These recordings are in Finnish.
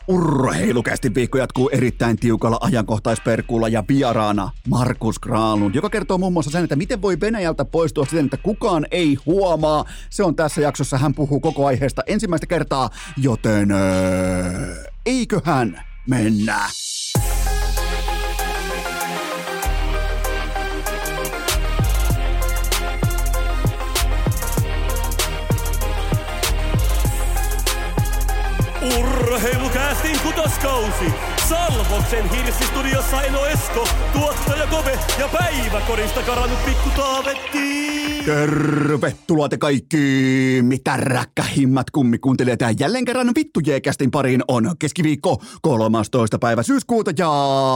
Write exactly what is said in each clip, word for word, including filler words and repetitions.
Urheilukästi viikko jatkuu erittäin tiukalla ajankohtaisperkuulla ja vieraana Markus Granlund, joka kertoo muun muassa sen, että miten voi Venäjältä poistua siten, että kukaan ei huomaa. Se on tässä jaksossa, hän puhuu koko aiheesta ensimmäistä kertaa, joten öö, eiköhän mennä. Urheilukäästin kutoskausi! Salvoksen hirsistudiossa Eno Esko, tuottaja Kove ja päiväkorista karannut pikku Taavetti! Tervetuloa te kaikki, mitä räkkähimmät kummikuuntelijat. Jälleen kerran Vittu J-kästin pariin on keskiviikko kolmastoista päivä syyskuuta ja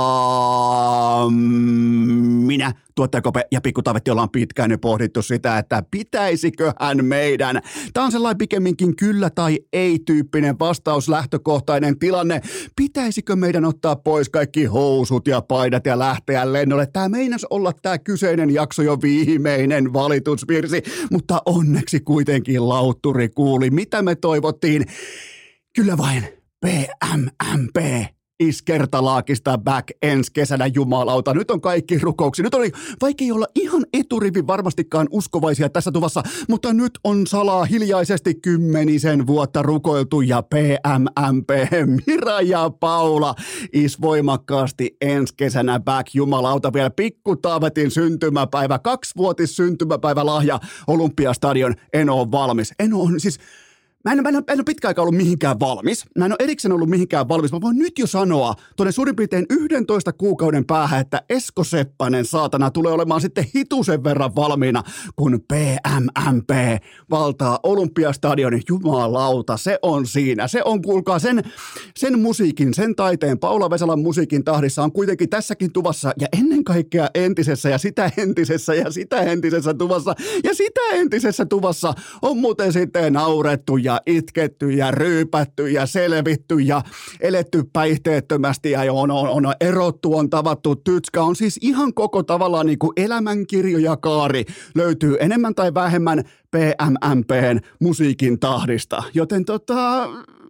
minä, tuottaja Kope ja pikku Taavetti, ollaan pitkään jo pohdittu sitä, että pitäisiköhän meidän. Tämä on sellainen pikemminkin kyllä tai ei tyyppinen vastaus, lähtökohtainen tilanne. Pitäisikö meidän ottaa pois kaikki housut ja paidat ja lähteä lennolle? Tämä meinas olla tämä kyseinen jakso jo viimeinen valitusvirsi, mutta onneksi kuitenkin lautturi kuuli, mitä me toivottiin. Kyllä vain P M M P. Iskertalaakista back ensi kesänä, jumalauta. Nyt on kaikki rukouksia. Nyt oli vaikea olla ihan eturivin varmastikaan uskovaisia tässä tuvassa, mutta nyt on salaa hiljaisesti kymmenisen vuotta rukoiltu ja P M M P, Mira ja Paula is voimakkaasti ensi kesänä back, jumalauta. Vielä pikku Taavetin syntymäpäivä, kaksivuotis syntymäpäivä lahja Olympiastadion. Eno on valmis. Eno on siis... Mä en, mä, en, mä en ole pitkä aikaa ollut mihinkään valmis. Mä en ole erikseen ollut mihinkään valmis. Mä voin nyt jo sanoa tuonne suurin piirtein yhdentoista kuukauden päähän, että Esko Seppänen saatana tulee olemaan sitten hitusen verran valmiina, kun P M M P valtaa Olympiastadionin. Jumalauta, se on siinä. Se on, kuulkaa, sen, sen musiikin, sen taiteen, Paula Vesalan musiikin tahdissa on kuitenkin tässäkin tuvassa ja ennen kaikkea entisessä ja sitä entisessä ja sitä entisessä tuvassa ja sitä entisessä tuvassa on muuten sitten naurettu ja itketty ja ryypätty ja selvitty ja eletty päihteettömästi ja on, on, on erottu, on tavattu tytskä. On siis ihan koko tavallaan niin kuin elämänkirjo ja kaari löytyy enemmän tai vähemmän P M M P:n musiikin tahdista. Joten tota...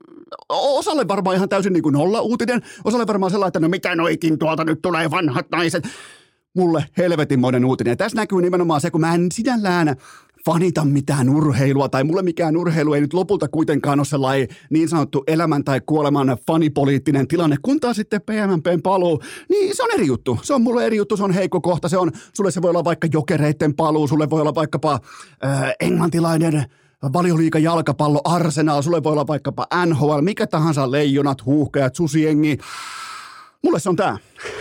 osalle varmaan ihan täysin niin kuin nolla uutinen. Osalle varmaan sellainen, että no mitä noikin tuolta nyt tulee vanhat naiset. Mulle helvetinmoinen uutinen. Ja tässä näkyy nimenomaan se, kun mä en sinällään fanita mitään urheilua, tai mulle mikään urheilu ei nyt lopulta kuitenkaan ole sellainen niin sanottu elämän tai kuoleman fanipoliittinen tilanne, kun taas sitten P M M P:n paluu, niin se on eri juttu. Se on mulle eri juttu, se on heikko kohta, se on, sulle se voi olla vaikka Jokereitten paluu, sulle voi olla vaikkapa äh, englantilainen Valioliiga jalkapallo Arsenal, sulle voi olla vaikkapa N H L, mikä tahansa leijonat, huuhkajat, susiengi. Mulle se on tää.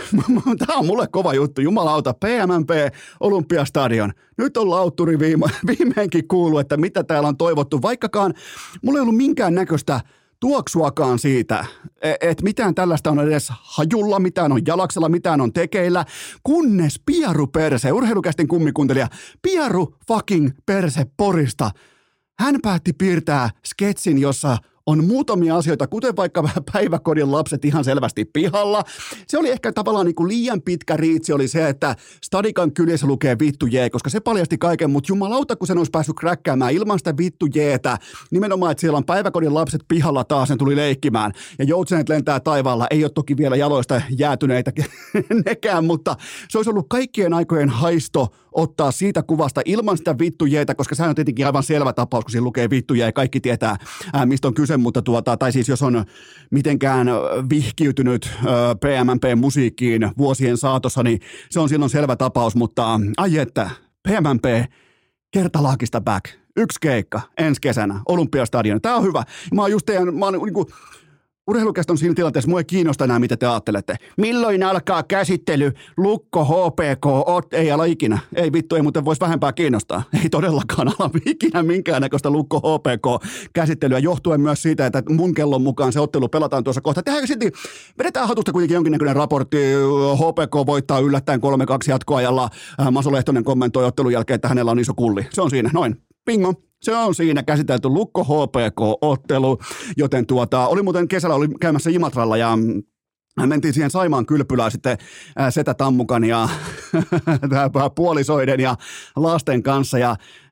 Tää on mulle kova juttu. Jumalauta, P M M P, Olympiastadion. Nyt on lautturi viime, viimeinkin kuullut, että mitä täällä on toivottu. Vaikkakaan mulla ei ollut minkään näköistä tuoksuakaan siitä, että mitään tällaista on edes hajulla, mitään on jalaksella, mitään on tekeillä, kunnes Piaru Perse, urheilukästin kummikuuntelija, Piaru fucking Perse Porista, hän päätti piirtää sketsin, jossa on muutamia asioita, kuten vaikka päiväkodin lapset ihan selvästi pihalla. Se oli ehkä tavallaan niin kuin liian pitkä riitsi oli se, että Stadikan kyljessä lukee vittu jee, koska se paljasti kaiken, mutta jumalauta, kun sen olisi päässyt kräkkäämään ilman sitä vittu jeetä, nimenomaan, että siellä on päiväkodin lapset pihalla taas, ne tuli leikkimään, ja joutsenet lentää taivaalla, ei ole toki vielä jaloista jäätyneitä nekään, mutta se olisi ollut kaikkien aikojen haisto ottaa siitä kuvasta ilman sitä vittu jeetä, koska sehän on tietenkin aivan selvä tapaus, kun siinä lukee vittu jee, kaikki tietää, ää, mistä on kyse, mutta tuota, tai siis jos on mitenkään vihkiytynyt ää, P M M P-musiikkiin vuosien saatossa, niin se on silloin selvä tapaus, mutta ai että, P M M P, kertalaakista back, yksi keikka ensi kesänä, Olympiastadion, tää on hyvä. Mä oon just teidän, mä oon niinku, urheilukästä on siinä tilanteessa, mua ei kiinnosta enää, mitä te ajattelette. Milloin alkaa käsittely, Lukko, H P K, ot, ei ala ikinä. Ei vittu, ei muuten voisi vähempää kiinnostaa. Ei todellakaan ala ikinä minkäännäköistä Lukko, H P K-käsittelyä, johtuen myös siitä, että mun kellon mukaan se ottelu pelataan tuossa kohta. Tehdäänkö sitten, vedetään hatusta kuitenkin jonkinnäköinen raportti, H P K voittaa yllättäen kolme kaksi jatkoajalla, Maso Lehtonen kommentoi ottelun jälkeen, että hänellä on iso kulli. Se on siinä, noin. Bingo. Se on siinä käsitelty Lukko H P K-ottelu, joten tuota, oli muuten kesällä oli käymässä Imatralla ja mentiin siihen Saimaan kylpylään sitten Setä Tammukan ja puolisoiden ja lasten kanssa ja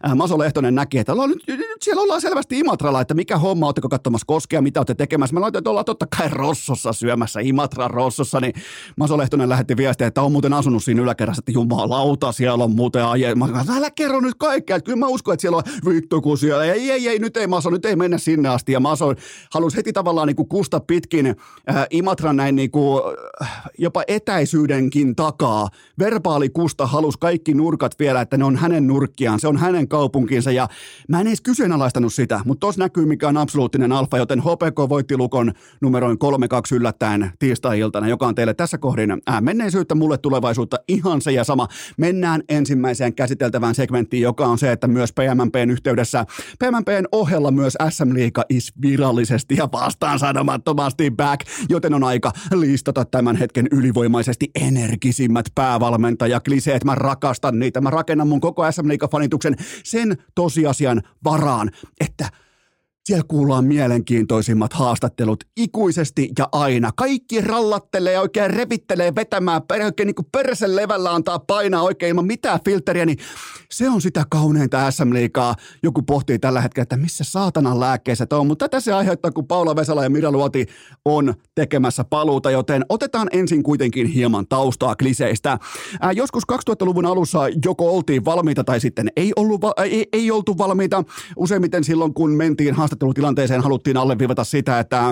ää, Maso Lehtonen näki, että ollaan nyt, nyt siellä ollaan selvästi Imatralla, että mikä homma, ootteko katsomassa koskea, mitä olette tekemässä. Mä laitoin, että ollaan totta kai Rossossa syömässä, Imatran Rossossa, niin Maso Lehtonen lähetti viestiä, että on muuten asunut siinä yläkerrassa, että jumalauta, siellä on muuten aje. Mä sanoin, älä kerro nyt kaikkea, että kyllä mä uskon, että siellä on vittu, kun siellä, ei, ei, ei, nyt ei Maso, nyt ei mennä sinne asti. Ja Maso halusi heti tavallaan niin kuin kusta pitkin äh, Imatran näin niin kuin, äh, jopa etäisyydenkin takaa. Verbaali kusta halusi kaikki nurkat vielä, että ne on hänen nurkkiaan, se on hänen kaupunkinsa ja mä en edes kyseenalaistanut sitä, mutta tuossa näkyy mikä on absoluuttinen alfa, joten H P K voitti Lukon numeroin kolme kaksi yllättäen tiistai-iltana, joka on teille tässä kohdin äh, menneisyyttä, mulle tulevaisuutta, ihan se ja sama. Mennään ensimmäiseen käsiteltävään segmenttiin, joka on se, että myös P M P:n yhteydessä, P M P:n ohella myös S M-liiga is virallisesti ja vastaan sanomattomasti back, joten on aika listata tämän hetken ylivoimaisesti energisimmät päävalmentajakliseet. Mä rakastan niitä, mä rakennan mun koko S M-liiga-fanituksen sen tosiasian varaan, että siellä kuullaan mielenkiintoisimmat haastattelut ikuisesti ja aina. Kaikki rallattelee ja oikein revittelee vetämään, oikein niin kuin persen levällä antaa painaa oikein ilman mitään filteriä, niin se on sitä kauneinta S M-liigaa. Joku pohtii tällä hetkellä, että missä saatanan lääkkeessä on, mutta tätä se aiheuttaa, kun Paula Vesala ja Mira Luoti on tekemässä paluuta, joten otetaan ensin kuitenkin hieman taustaa kliseistä. Ää, joskus kaksituhattaluvun alussa joko oltiin valmiita tai sitten ei, ollut, ei, ei oltu valmiita. Useimmiten silloin, kun mentiin haastattelutilanteeseen, haluttiin alleviivata sitä, että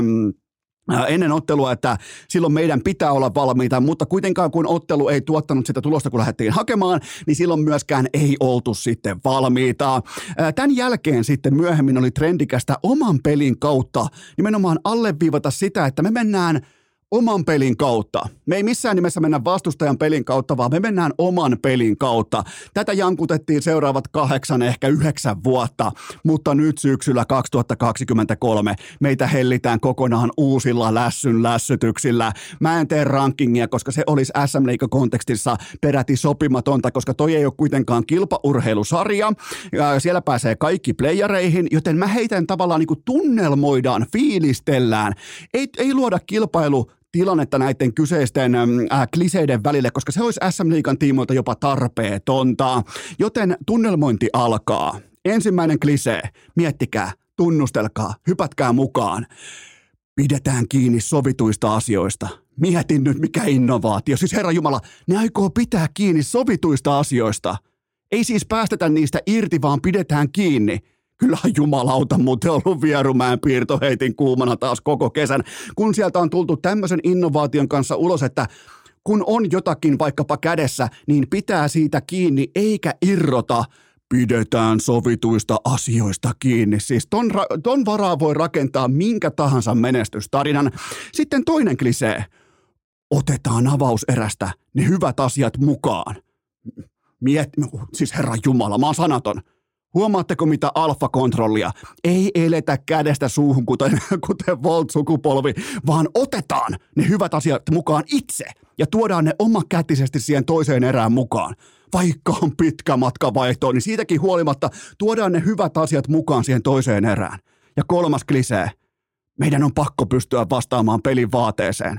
ennen ottelua, että silloin meidän pitää olla valmiita, mutta kuitenkaan kun ottelu ei tuottanut sitä tulosta, kun lähdettiin hakemaan, niin silloin myöskään ei oltu sitten valmiita. Tämän jälkeen sitten myöhemmin oli trendikästä oman pelin kautta nimenomaan alleviivata sitä, että me mennään oman pelin kautta. Me ei missään nimessä mennä vastustajan pelin kautta, vaan me mennään oman pelin kautta. Tätä jankutettiin seuraavat kahdeksan, ehkä yhdeksän vuotta, mutta nyt syksyllä kaksituhattakaksikymmentäkolme meitä hellitään kokonaan uusilla lässyn lässytyksillä. Mä en tee rankingia, koska se olisi S M-liiga-kontekstissa peräti sopimatonta, koska toi ei ole kuitenkaan kilpaurheilusarja. Ja siellä pääsee kaikki playereihin, joten mä heitän tavallaan niin kuin tunnelmoidaan, fiilistellään. Ei, ei luoda kilpailu tilannetta näiden kyseisten äh, kliseiden välille, koska se olisi S M-liigan tiimoilta jopa tarpeetonta. Joten tunnelmointi alkaa. Ensimmäinen klisee. Miettikää, tunnustelkaa, hypätkää mukaan. Pidetään kiinni sovituista asioista. Mietin nyt, mikä innovaatio. Siis Herra Jumala, ne aikoo pitää kiinni sovituista asioista. Ei siis päästetä niistä irti, vaan pidetään kiinni. Kyllähän jumalauta muuten ollut Vierumäen piirtoheitin kuumana taas koko kesän, kun sieltä on tultu tämmöisen innovaation kanssa ulos, että kun on jotakin vaikkapa kädessä, niin pitää siitä kiinni eikä irrota. Pidetään sovituista asioista kiinni. Siis ton, ra- ton varaa voi rakentaa minkä tahansa menestystarinan. Sitten toinen klisee. Otetaan avauserästä ne hyvät asiat mukaan. Miet, siis Herra Jumala, mä oon sanaton. Huomaatteko mitä alfa-kontrollia? Ei eletä kädestä suuhun, kuten, kuten Volt-sukupolvi, vaan otetaan ne hyvät asiat mukaan itse ja tuodaan ne omakätisesti siihen toiseen erään mukaan. Vaikka on pitkä matka vaihtoon, niin siitäkin huolimatta tuodaan ne hyvät asiat mukaan siihen toiseen erään. Ja kolmas klisee. Meidän on pakko pystyä vastaamaan pelin vaateeseen.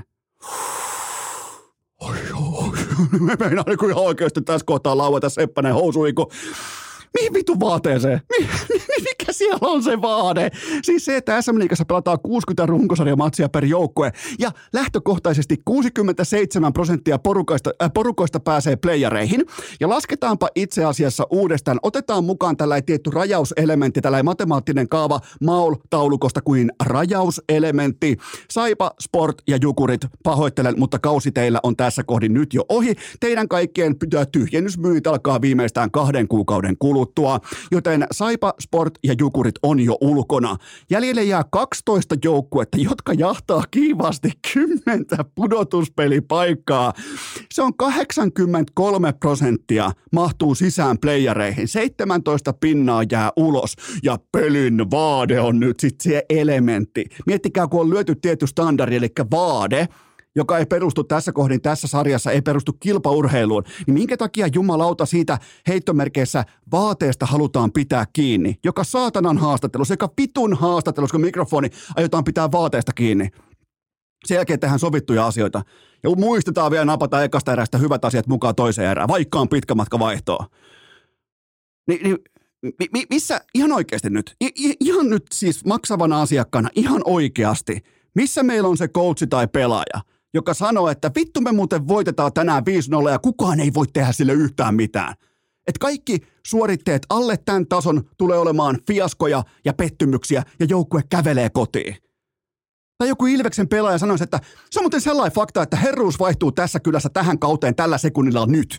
Oi, oi, me meinaan niin kuin ihan oikeasti tässä kohtaa laueta Seppänen housuiku. Mihin vittu vaateeseen? Mikä siellä on se vaade? Siis se, että S M-liigassa pelataan kuusikymmentä runkosarjamatsia per joukkue ja lähtökohtaisesti kuusikymmentäseitsemän prosenttia porukoista, äh, porukoista pääsee playereihin. Ja lasketaanpa itse asiassa uudestaan. Otetaan mukaan tällainen tietty rajauselementti, tällainen matemaattinen kaava M A U L-taulukosta kuin rajauselementti. Saipa, Sport ja Jukurit, pahoittelen, mutta kausi teillä on tässä kohdin nyt jo ohi. Teidän kaikkien tyhjennysmyynnit alkaa viimeistään kahden kuukauden kuluttua. Joten Saipa, Sport ja Jukurit on jo ulkona. Jäljelle jää kaksitoista joukkuetta, jotka jahtaa kiivaasti kymmentä pudotuspelipaikkaa. Se on kahdeksankymmentäkolme prosenttia mahtuu sisään playereihin. seitsemäntoista pinnaa jää ulos ja pelin vaade on nyt sitten se elementti. Miettikää, kun on lyöty tietty standardi, eli vaade, joka ei perustu tässä kohdin tässä sarjassa, ei perustu kilpaurheiluun, niin minkä takia jumalauta siitä heittomerkeissä vaateesta halutaan pitää kiinni? Joka saatanan haastattelu, sekä pitun haastattelu, kun mikrofoni aiotaan pitää vaateesta kiinni. Sen jälkeen tehdään sovittuja asioita. Ja muistetaan vielä napata ekasta erästä hyvät asiat mukaan toiseen erään, vaikka on pitkä matka vaihtoa. Ni, niin mi, mi, missä, ihan oikeasti nyt, I, ihan nyt siis maksavana asiakkaana, ihan oikeasti, missä meillä on se coachi tai pelaaja, joka sanoo, että vittu me muuten voitetaan tänään viisi nolla ja kukaan ei voi tehdä sille yhtään mitään. Että kaikki suoritteet alle tämän tason tulee olemaan fiaskoja ja pettymyksiä ja joukkue kävelee kotiin. Tai joku Ilveksen pelaaja sanoisi, että se on muuten sellainen fakta, että herruus vaihtuu tässä kylässä tähän kauteen tällä sekunnilla nyt.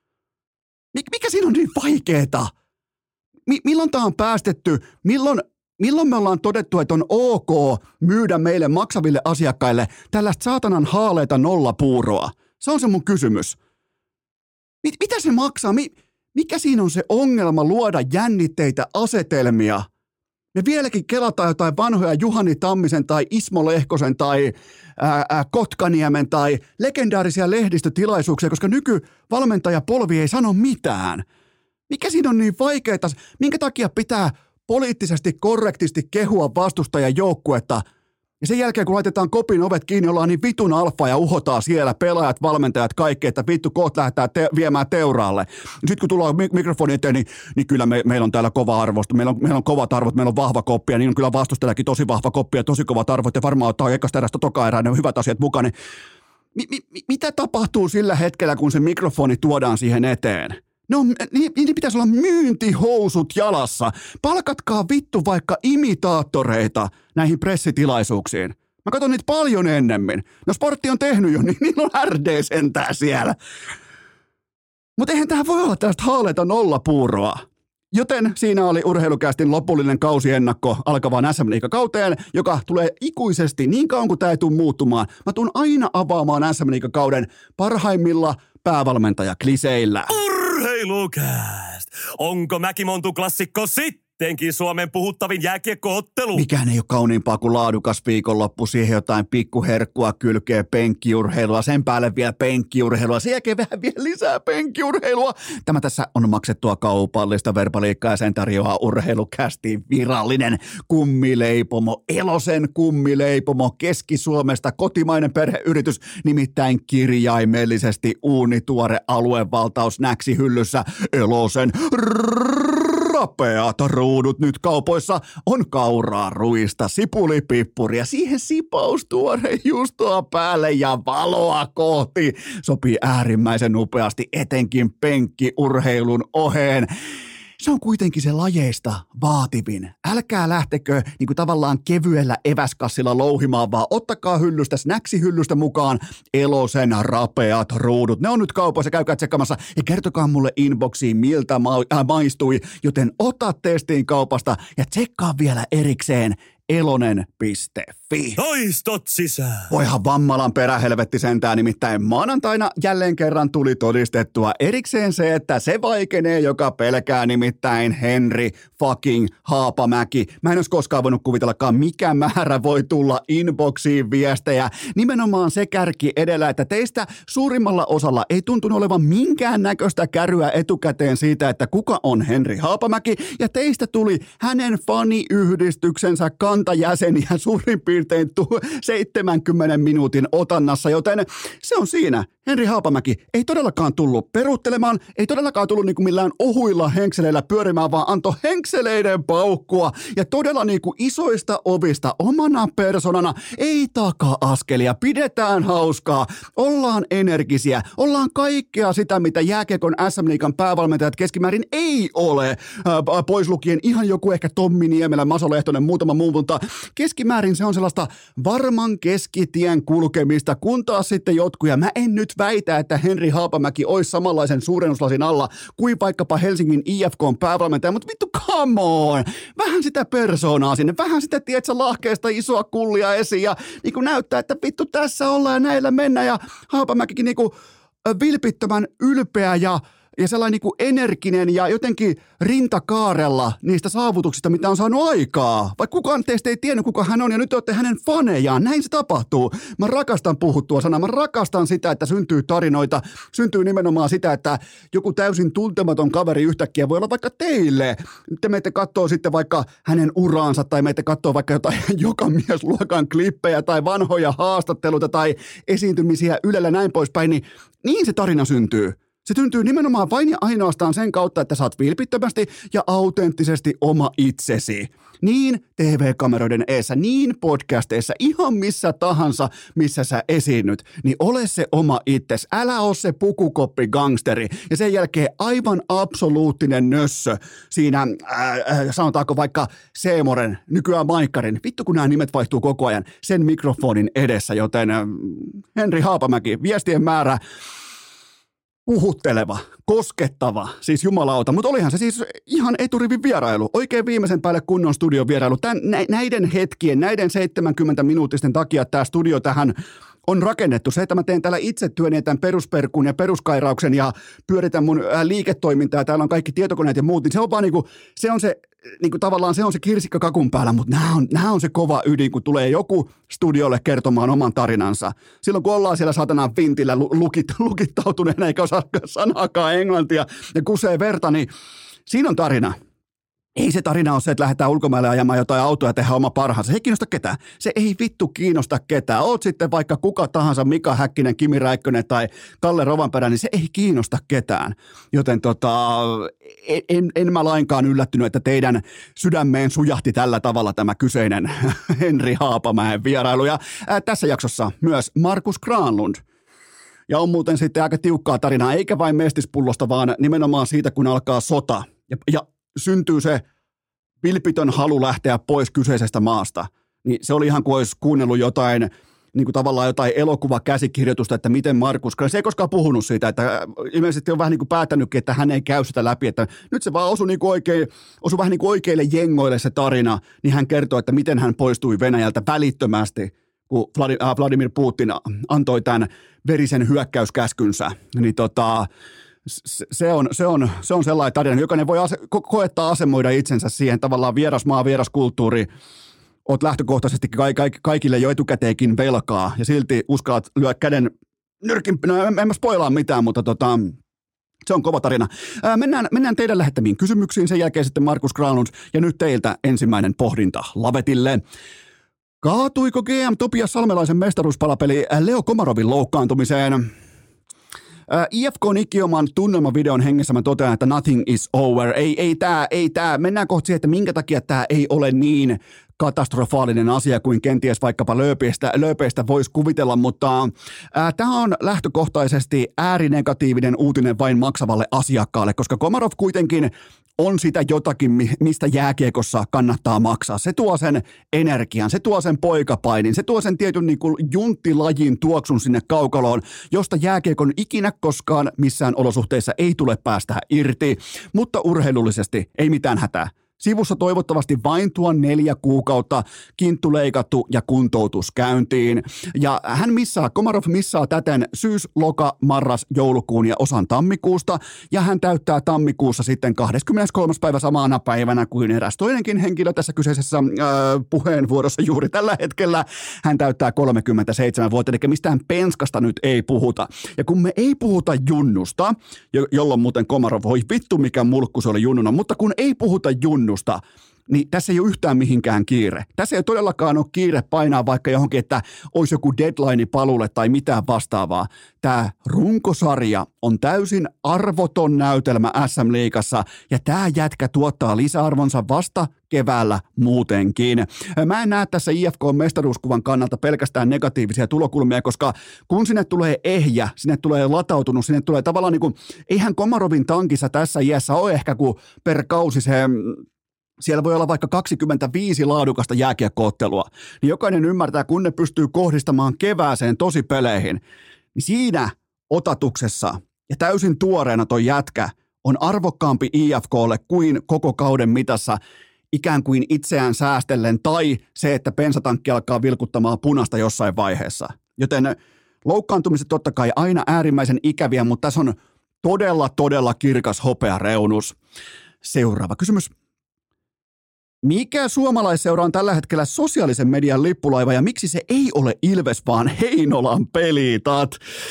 Mikä siinä on niin vaikeeta? Mi- milloin tämä on päästetty? Milloin, milloin me ollaan todettu, että on ok myydä meille maksaville asiakkaille tällaista saatanan haaleita nollapuuroa? Se on se mun kysymys. Mit- mitä se maksaa? Mi- mikä siinä on se ongelma luoda jännitteitä, asetelmia? Me vieläkin kelataan jotain vanhoja Juhani Tammisen tai Ismo Lehkosen tai ää, ää, Kotkaniemen tai legendaarisia lehdistötilaisuuksia, koska nykyvalmentajapolvi ei sano mitään. Mikä siinä on niin vaikeaa? Minkä takia pitää poliittisesti korrektisti kehua vastustajan joukkuetta? Ja sen jälkeen, kun laitetaan kopin ovet kiinni, ollaan niin vitun alfa ja uhotaan siellä pelaajat, valmentajat, kaikki, että vittu kohta lähdetään te- viemään teuraalle. Sitten kun tullaan mik- mikrofoni eteen, niin, niin kyllä me, meillä on täällä kova arvosto, meillä on, meillä on kovat arvot, meillä on vahva koppi ja niin on kyllä vastustajakin tosi vahva koppi ja tosi kovat arvot ja varmaan ottaa ekasta erästä toka erää, ne on hyvät asiat mukaan. Niin, mi- mi- mitä tapahtuu sillä hetkellä, kun se mikrofoni tuodaan siihen eteen? No, niin, niin pitäisi olla myyntihousut jalassa. Palkatkaa vittu vaikka imitaattoreita näihin pressitilaisuuksiin. Mä katson niitä paljon ennemmin. No Sportti on tehnyt jo, niin niillä on R D sentään siellä. Mutta eihän tähän voi olla tällaista haaleita nollapuuroa. Joten siinä oli Urheilukästin lopullinen kausiennakko alkavaan S M-liigakauteen, joka tulee ikuisesti niin kauan kuin tämä ei tule muuttumaan. Mä tuun aina avaamaan S M-liigakauden parhaimmilla päävalmentajakliseillä. Urheilukääst! Onko Mäkimontu klassikko sittenkin Suomen puhuttavin jääkiekkoottelu? Mikään ei ole kauniimpaa kuin laadukas viikonloppu, siihen jotain pikkuherkkua kylkee, penkkiurheilua, sen päälle vielä penkkiurheilua, sen jälkeen vähän vielä lisää penkkiurheilua. Tämä tässä on maksettua kaupallista verbaliikkaa ja sen tarjoaa Urheilukästin virallinen kummileipomo, Elosen kummileipomo Keski-Suomesta, kotimainen perheyritys, nimittäin kirjaimellisesti uunituore aluevaltaus näksihyllyssä Elosen rapeat ruudut nyt kaupoissa on kauraa, ruista, sipulipippuria, siihen sipaustuore juustoa päälle ja valoa kohti. Sopii äärimmäisen upeasti etenkin penkkiurheilun oheen. Se on kuitenkin se lajeista vaativin. Älkää lähtekö niin kuin tavallaan kevyellä eväskassilla louhimaan, vaan ottakaa hyllystä, snäksihyllystä mukaan Elosen rapeat ruudut. Ne on nyt kaupoissa, käykää tsekkaamassa ja kertokaa mulle inboxiin, miltä ma- äh, maistui, joten ota testiin kaupasta ja tsekkaa vielä erikseen elonen piste fi. Toistot sisään! Voihan vammalan perähelvetti sentään, nimittäin maanantaina jälleen kerran tuli todistettua erikseen se, että se vaikenee, joka pelkää, nimittäin Henri fucking Haapamäki. Mä en olisi koskaan voinut kuvitellakaan, mikä määrä voi tulla inboxiin viestejä. Nimenomaan se kärki edellä, että teistä suurimmalla osalla ei tuntunut olevan minkään näköistä käryä etukäteen siitä, että kuka on Henri Haapamäki, ja teistä tuli hänen faniyhdistyksensä kantajäseniä suurin piirtein seitsemänkymmenen minuutin otannassa, joten se on siinä. Henri Haapamäki ei todellakaan tullut peruuttelemaan, ei todellakaan tullut niin kuin millään ohuilla henkseleillä pyörimään, vaan antoi henkseleiden paukkua ja todella niin kuin isoista ovista omana persoonana, ei taka-askelia, pidetään hauskaa, ollaan energisiä, ollaan kaikkea sitä, mitä jääkiekon S M-liigan päävalmentajat keskimäärin ei ole, ää, pois lukien ihan joku ehkä Tommi Niemelä, Maso Lehtonen, muutama muu, mutta keskimäärin se on sellaista varman keskitien kulkemista, kun taas sitten jotkut, ja mä en nyt väitä, että Henri Haapamäki olisi samanlaisen suurennuslasin alla kuin vaikkapa Helsingin I F K:n päävalmentaja, mutta vittu come on, vähän sitä persoonaa sinne, vähän sitä tietsä lahkeesta isoa kullia esiin ja niin kuin näyttää, että vittu tässä ollaan ja näillä mennään ja Haapamäkikin niin kuin vilpittömän ylpeä ja ja sellainen niin kuin energinen ja jotenkin rintakaarella niistä saavutuksista, mitä on saanut aikaa. Vaikka kukaan teistä ei tiennyt, kuka hän on, ja nyt olette hänen fanejaan. Näin se tapahtuu. Mä rakastan puhuttua sanaa. Mä rakastan sitä, että syntyy tarinoita. Syntyy nimenomaan sitä, että joku täysin tuntematon kaveri yhtäkkiä voi olla vaikka teille. Te meette katsoo sitten vaikka hänen uraansa, tai meette katsoo vaikka jotain joka miesluokan klippejä, tai vanhoja haastatteluita, tai esiintymisiä Ylellä näin poispäin, niin niin se tarina syntyy. Se syntyy nimenomaan vain ja ainoastaan sen kautta, että sä oot vilpittömästi ja autenttisesti oma itsesi. Niin T V-kameroiden eessä, niin podcasteissa, ihan missä tahansa, missä sä esiinnyt, niin ole se oma itses. Älä ole se pukukoppi gangsteri ja sen jälkeen aivan absoluuttinen nössö siinä, äh, sanotaanko vaikka Seemoren, nykyään Maikkarin, vittu kun nämä nimet vaihtuu koko ajan, sen mikrofonin edessä, joten äh, Henri Haapamäki, viestien määrä, puhutteleva, koskettava, siis jumalauta, mutta olihan se siis ihan eturivin vierailu, oikein viimeisen päälle kunnon studion vierailu. Tän, näiden hetkien, näiden seitsemänkymmentä minuuttisten takia tämä studio tähän on rakennettu. Se, että mä teen täällä itse työni tämän perusperkun ja peruskairauksen ja pyöritän mun liiketoimintaa ja täällä on kaikki tietokoneet ja muut, niin se on vaan niinku, se on se, niinku tavallaan se on se kirsikka kakun päällä, mutta nämä on, nämä on se kova ydin, kun tulee joku studiolle kertomaan oman tarinansa. Silloin kun ollaan siellä satanaan vintillä lukit, lukittautuneena eikä osaa sanaakaan englantia ja kusee verta, niin siinä on tarina. Ei se tarina ole se, että lähdetään ulkomaille ajamaan jotain autoa ja tehdään oma parhaansa. Se ei kiinnosta ketään. Se ei vittu kiinnosta ketään. Oot sitten vaikka kuka tahansa, Mika Häkkinen, Kimi Räikkönen tai Kalle Rovanperä, niin se ei kiinnosta ketään. Joten tota, en, en mä lainkaan yllättynyt, että teidän sydämeen sujahti tällä tavalla tämä kyseinen Henri Haapamäen vierailu. Ja ää, tässä jaksossa myös Markus Granlund. Ja on muuten sitten aika tiukkaa tarinaa, eikä vain mestispullosta, vaan nimenomaan siitä, kun alkaa sota. Ja, ja syntyy se vilpitön halu lähteä pois kyseisestä maasta, niin se oli ihan kuin olisi kuunnellut jotain, niin kuin tavallaan jotain elokuvakäsikirjoitusta, että miten Markus, se ei koskaan puhunut siitä, että ilmeisesti on vähän niin kuin päättänytkin, että hän ei käy sitä läpi, että nyt se vaan osui, niin kuin oikein, osui vähän niin kuin oikeille jengoille se tarina, niin hän kertoo, että miten hän poistui Venäjältä välittömästi, kun Vladimir Putin antoi tämän verisen hyökkäyskäskynsä, niin tota... Se on, se, on, se on sellainen tarina. Jokainen voi ase, ko- koettaa asemoida itsensä siihen tavallaan vieras maa, vieras kulttuuri. Oot lähtökohtaisesti ka- ka- kaikille jo etukäteenkin velkaa ja silti uskallat lyö käden nyrkin. No en, en mä spoilaa mitään, mutta tota, se on kova tarina. Ää, mennään, mennään teidän lähettämiin kysymyksiin, sen jälkeen sitten Markus Granlund ja nyt teiltä ensimmäinen pohdinta Lavetille. Kaatuiko G M Topias Salmelaisen mestaruuspalapeli Leo Komarovin loukkaantumiseen? I F K Nikioman tunnelmavideon hengessä mä totean, että nothing is over. Ei, ei tää, ei tää. Mennään kohti siihen, että minkä takia tää ei ole niin katastrofaalinen asia kuin kenties vaikkapa lööpeistä, lööpeistä voisi kuvitella, mutta tämä on lähtökohtaisesti äärinegatiivinen uutinen vain maksavalle asiakkaalle, koska Komarov kuitenkin on sitä jotakin, mistä jääkiekossa kannattaa maksaa. Se tuo sen energian, se tuo sen poikapainin, se tuo sen tietyn niin kuin junttilajin tuoksun sinne kaukaloon, josta jääkiekon ikinä koskaan missään olosuhteissa ei tule päästä irti, mutta urheilullisesti ei mitään hätää. Sivussa toivottavasti vain tuo neljä kuukautta kinttu leikattu ja kuntoutus käyntiin. Ja hän missaa, Komarov missaa täten syys, loka, marras, joulukuun ja osan tammikuusta. Ja hän täyttää tammikuussa sitten kahdeskymmeneskolmas päivä samana päivänä kuin eräs toinenkin henkilö tässä kyseisessä äh, puheenvuorossa juuri tällä hetkellä. Hän täyttää kolmekymmentäseitsemän vuotta, eli mistään penskasta nyt ei puhuta. Ja kun me ei puhuta junnusta, jo- jolloin muuten Komarov, voi vittu mikä mulkku se oli junnuna, mutta kun ei puhuta junnusta, niin tässä ei ole yhtään mihinkään kiire. Tässä ei todellakaan ole kiire painaa vaikka johonkin, että olisi joku deadline paluulle tai mitään vastaavaa. Tämä runkosarja on täysin arvoton näytelmä S M-liigassa ja tämä jätkä tuottaa lisäarvonsa vasta keväällä muutenkin. Mä en näe tässä I F K-mestaruuskuvan kannalta pelkästään negatiivisia tulokulmia, koska kun sinne tulee ehjä, sinne tulee latautunut, sinne tulee tavallaan niin kuin, eihän Komarovin tankissa tässä iässä ole ehkä kuin per kausi se... Siellä voi olla vaikka kaksikymmentäviisi laadukasta jääkiekko-ottelua, niin jokainen ymmärtää, kun ne pystyy kohdistamaan kevääseen tosipeleihin, niin siinä otatuksessa ja täysin tuoreena toi jätkä on arvokkaampi I F K:lle kuin koko kauden mitassa ikään kuin itseään säästellen tai se, että bensatankki alkaa vilkuttamaan punasta jossain vaiheessa. Joten loukkaantumiset totta kai aina äärimmäisen ikäviä, mutta tässä on todella, todella kirkas hopeareunus. Seuraava kysymys. Mikä suomalaisseura on tällä hetkellä sosiaalisen median lippulaiva ja miksi se ei ole Ilves, vaan Heinolan Pelitat?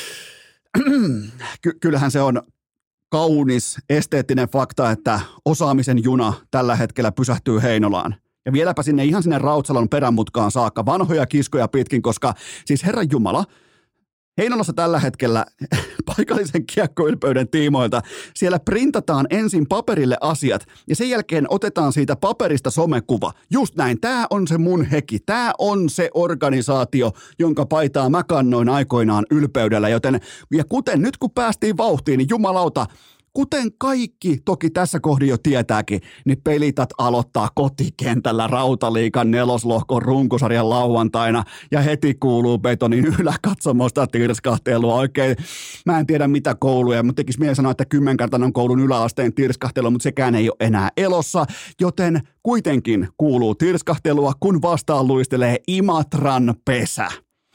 Ky- kyllähän se on kaunis, esteettinen fakta, että osaamisen juna tällä hetkellä pysähtyy Heinolaan. Ja vieläpä sinne ihan sinne Rautsalon peränmutkaan saakka, vanhoja kiskoja pitkin, koska siis Herran Jumala, Heinolassa tällä hetkellä paikallisen kiekkoylpeyden tiimoilta siellä printataan ensin paperille asiat ja sen jälkeen otetaan siitä paperista somekuva. Just näin, tää on se mun heki, tää on se organisaatio, jonka paitaa mä kannoin aikoinaan ylpeydellä, joten ja kuten nyt kun päästiin vauhtiin, niin jumalauta, kuten kaikki toki tässä kohdin jo tietääkin, niin Pelitat aloittaa kotikentällä Rautaliigan neloslohkon runkosarjan lauantaina ja heti kuuluu betonin yläkatsomosta tirskahtelua. Oikein, mä en tiedä mitä kouluja, mutta tekisi mieli sanoa, että kymmenkartanon koulun yläasteen tirskahtelua, mutta sekään ei ole enää elossa, joten kuitenkin kuuluu tirskahtelua, kun vastaan luistelee Imatran pesä.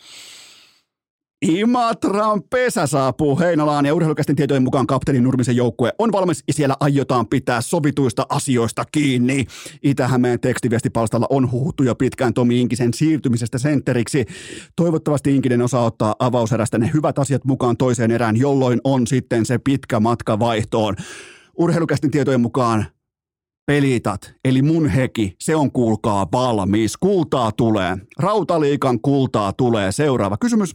Imatran pesä saapuu Heinolaan ja Urheilukästin tietojen mukaan kapteenin Nurmisen joukkue on valmis ja siellä aiotaan pitää sovituista asioista kiinni. Itä-Hämeen tekstiviestipalstalla on huhuttu jo pitkään Tomi Inkisen siirtymisestä sentteriksi. Toivottavasti Inkinen osaa ottaa avauserästä ne hyvät asiat mukaan toiseen erään, jolloin on sitten se pitkä matka vaihtoon. Urheilukästin tietojen mukaan Pelitat, eli mun heki, se on kuulkaa valmis. Kultaa tulee. Rautaliigan kultaa tulee. Seuraava kysymys.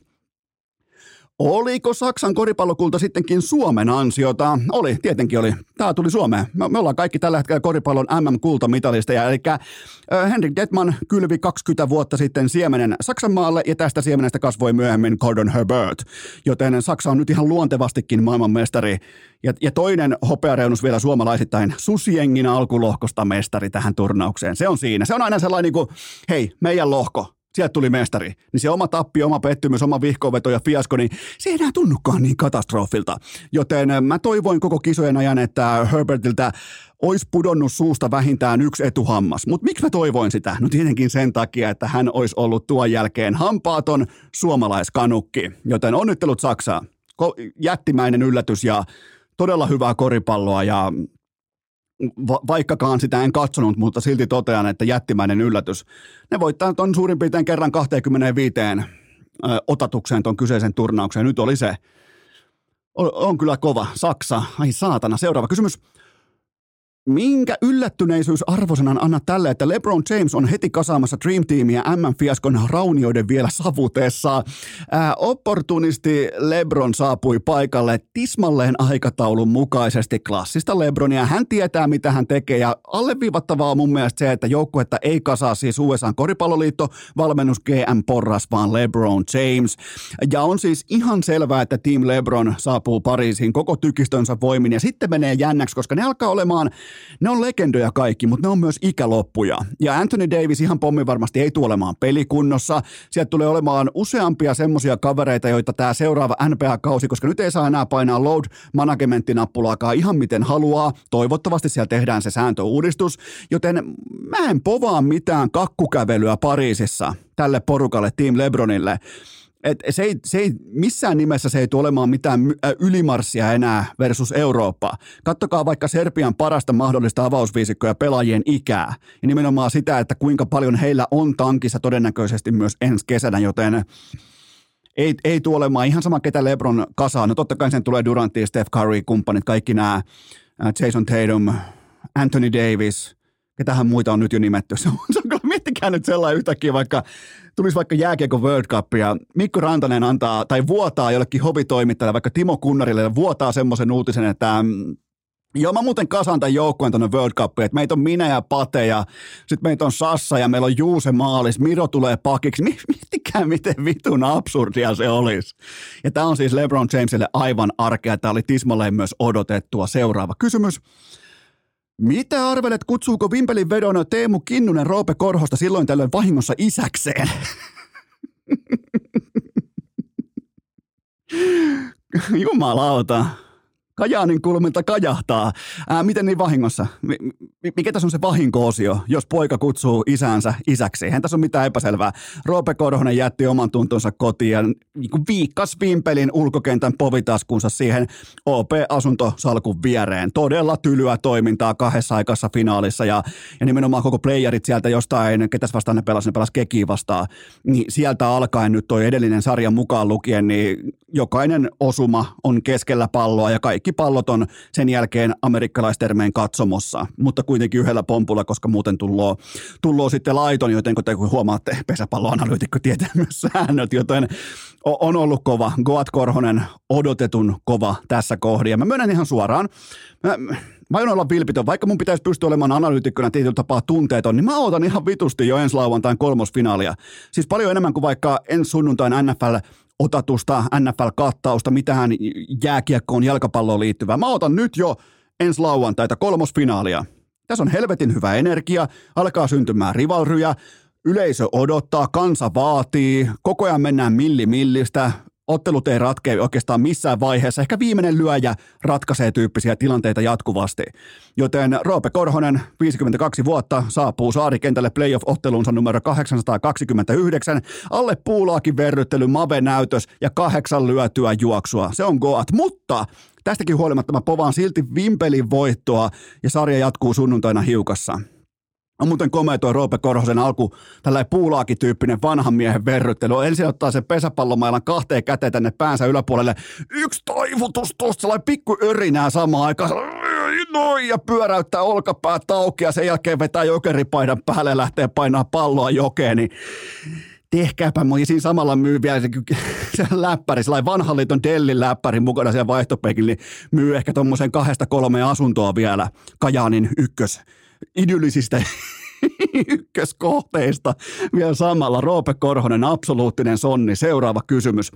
Oliko Saksan koripallokulta sittenkin Suomen ansiota? Oli, tietenkin oli. Tämä tuli Suomeen. Me, me ollaan kaikki tällä hetkellä koripallon M M-kultamitalisteja, eli äh, Henrik Detman kylvi kaksikymmentä vuotta sitten siemenen Saksan maalle, ja tästä siemenestä kasvoi myöhemmin Gordon Herbert, joten Saksa on nyt ihan luontevastikin maailmanmestari. Ja, ja toinen hopeareunus vielä suomalaisittain, Susiengin alkulohkosta mestari tähän turnaukseen. Se on siinä. Se on aina sellainen niin kuin, hei, meidän lohko. Sieltä tuli mestari, niin se oma tappio, oma pettymys, oma vihkoveto ja fiasko, niin se ei enää tunnukaan niin katastrofilta. Joten mä toivoin koko kisojen ajan, että Herbertiltä olisi pudonnut suusta vähintään yksi etuhammas. Mutta miksi mä toivoin sitä? No tietenkin sen takia, että hän olisi ollut tuon jälkeen hampaaton suomalaiskanukki. Joten onnittelut Saksaa. Ko- jättimäinen yllätys ja todella hyvää koripalloa ja Va- vaikkakaan sitä en katsonut, mutta silti totean, että jättimäinen yllätys. Ne voittaa ton suurin piirtein kerran kaksikymmentäviisi ö, otatukseen ton kyseisen turnauksen. Nyt oli se. On, on kyllä kova. Saksa. Ai saatana. Seuraava kysymys. Minkä yllättyneisyysarvosanan annat tälle, että LeBron James on heti kasaamassa Dream Teamia M M-fiaskon raunioiden vielä savutessa? Ää, opportunisti LeBron saapui paikalle tismalleen aikataulun mukaisesti, klassista LeBronia. Hän tietää, mitä hän tekee, ja alleviivattavaa on mun mielestä se, että joukkuetta ei kasaa siis U S A:n koripalloliitto, valmennus G M Porras, vaan LeBron James. Ja on siis ihan selvää, että Team LeBron saapuu Pariisiin koko tykistönsä voimin, ja sitten menee jännäksi, koska ne alkaa olemaan ne on legendoja kaikki, mutta ne on myös ikäloppuja. Ja Anthony Davis ihan pommin varmasti ei tule olemaan pelikunnossa. Sieltä tulee olemaan useampia semmoisia kavereita, joita tämä seuraava N B A-kausi, koska nyt ei saa enää painaa load managementtinappulaakaan ihan miten haluaa. Toivottavasti siellä tehdään se sääntöuudistus, joten mä en povaa mitään kakkukävelyä Pariisissa tälle porukalle, Team LeBronille. Et se, ei, se ei, missään nimessä se ei tule olemaan mitään ylimarssia enää versus Eurooppa. Kattokaa vaikka Serbian parasta mahdollista avausviisikkoa ja pelaajien ikää. Ja nimenomaan sitä, että kuinka paljon heillä on tankissa todennäköisesti myös ensi kesänä, joten ei, ei tule olemaan ihan sama ketä LeBron kasaa. No totta kai sen tulee Durant, Steph Curry, kumppanit, kaikki nämä, Jason Tatum, Anthony Davis, ketähän muita on nyt jo nimetty. Se on, se on kyllä, miettikää nyt sellainen yhtäkkiä, vaikka tulisi vaikka jääkiekko World Cup ja Mikko Rantanen antaa tai vuotaa jollekin hobitoimittajalle, vaikka Timo Kunnarille, vuotaa semmoisen uutisen, että joo, mä muuten kasaan tämän joukkueen tuonne World Cupiin, että meitä on minä ja Pate ja sitten meitä on Sassa ja meillä on Juuse maalis, Miro tulee pakiksi. Miettikää, miten vitun absurdia se olisi. Ja tämä on siis LeBron Jamesille aivan arkea. Tämä oli tismalleen myös odotettua. Seuraava kysymys. Mitä arvelet, kutsuuko Vimpelin vedon Teemu Kinnunen Roope Korhosta silloin tällöin vahingossa isäkseen? Jumalauta. Kajaanin kulmilta kajahtaa. Ää, miten niin vahingossa? Mikä tässä on se vahinko-osio, jos poika kutsuu isänsä isäksi? Eihän tässä ole mitään epäselvää. Roope Korhonen jätti oman tuntonsa kotiin ja niin viikkas Vimpelin ulkokentän povitaskunsa siihen O P-asuntosalkun viereen. Todella tylyä toimintaa kahdessa aikassa finaalissa ja, ja nimenomaan koko playerit sieltä jostain, ketäs vastaan ne pelasi, ne pelasi Kekiä vastaan. Niin sieltä alkaen nyt toi edellinen sarja mukaan lukien, niin jokainen osuma on keskellä palloa ja kaikki kaikki pallot on sen jälkeen amerikkalaistermeen katsomossa, mutta kuitenkin yhdellä pompulla, koska muuten tulloo, tulloo sitten laiton, joten kun te huomaatte, pesäpalloanalyytikko tietää myös säännöt, joten on ollut kova. Goat Korhonen odotetun kova tässä kohdin. Ja mä myönnän ihan suoraan, mä, mä aion olla vilpitön, vaikka mun pitäisi pystyä olemaan analyytikkona tietyllä tapaa tunteeton, niin mä ootan ihan vitusti jo ensi lauantain kolmosfinaalia. Siis paljon enemmän kuin vaikka ensi sunnuntain N F L-otatusta, N F L-kattausta, mitään jääkiekkoon, jalkapalloon liittyvää. Mä ootan nyt jo ensi lauantaita kolmosfinaalia. Tässä on helvetin hyvä energia, alkaa syntymään rivalryjä, yleisö odottaa, kansa vaatii, koko ajan mennään millimillistä, ottelut ei ratkea oikeastaan missään vaiheessa, ehkä viimeinen lyöjä ratkaisee tyyppisiä tilanteita jatkuvasti. Joten Roope Korhonen, viisikymmentäkaksi vuotta, saapuu Saarikentälle playoff-otteluunsa numero kahdeksansataakaksikymmentäyhdeksän, alle puulaakin verryttely, mave-näytös ja kahdeksan lyötyä juoksua. Se on goat, mutta tästäkin huolimatta mä povaan silti vimpelin voittoa ja sarja jatkuu sunnuntaina hiukassa. On muuten komea tuo Roope Korhosen alku, tällainen puulaakityyppinen vanhan miehen verryttely. Ensin ottaa sen pesäpallomailan kahteen käteen tänne päänsä yläpuolelle. Yksi taivutus tuosta, sellainen pikku örinää samaan aikaan. Noin, ja pyöräyttää olkapäät auki ja sen jälkeen vetää jokeripaidan päälle ja lähtee painaa palloa jokeen. Niin tehkääpä, mutta siinä samalla myy vielä se, se läppäri, sellainen vanhan liiton Dellin läppäri mukana siellä vaihtopenkillä, niin myy ehkä tuommoisen kahdesta kolmeen asuntoa vielä Kajaanin ykkös. Idyllisistä ykköskohteista vielä samalla. Roope Korhonen, absoluuttinen sonni. Seuraava kysymys.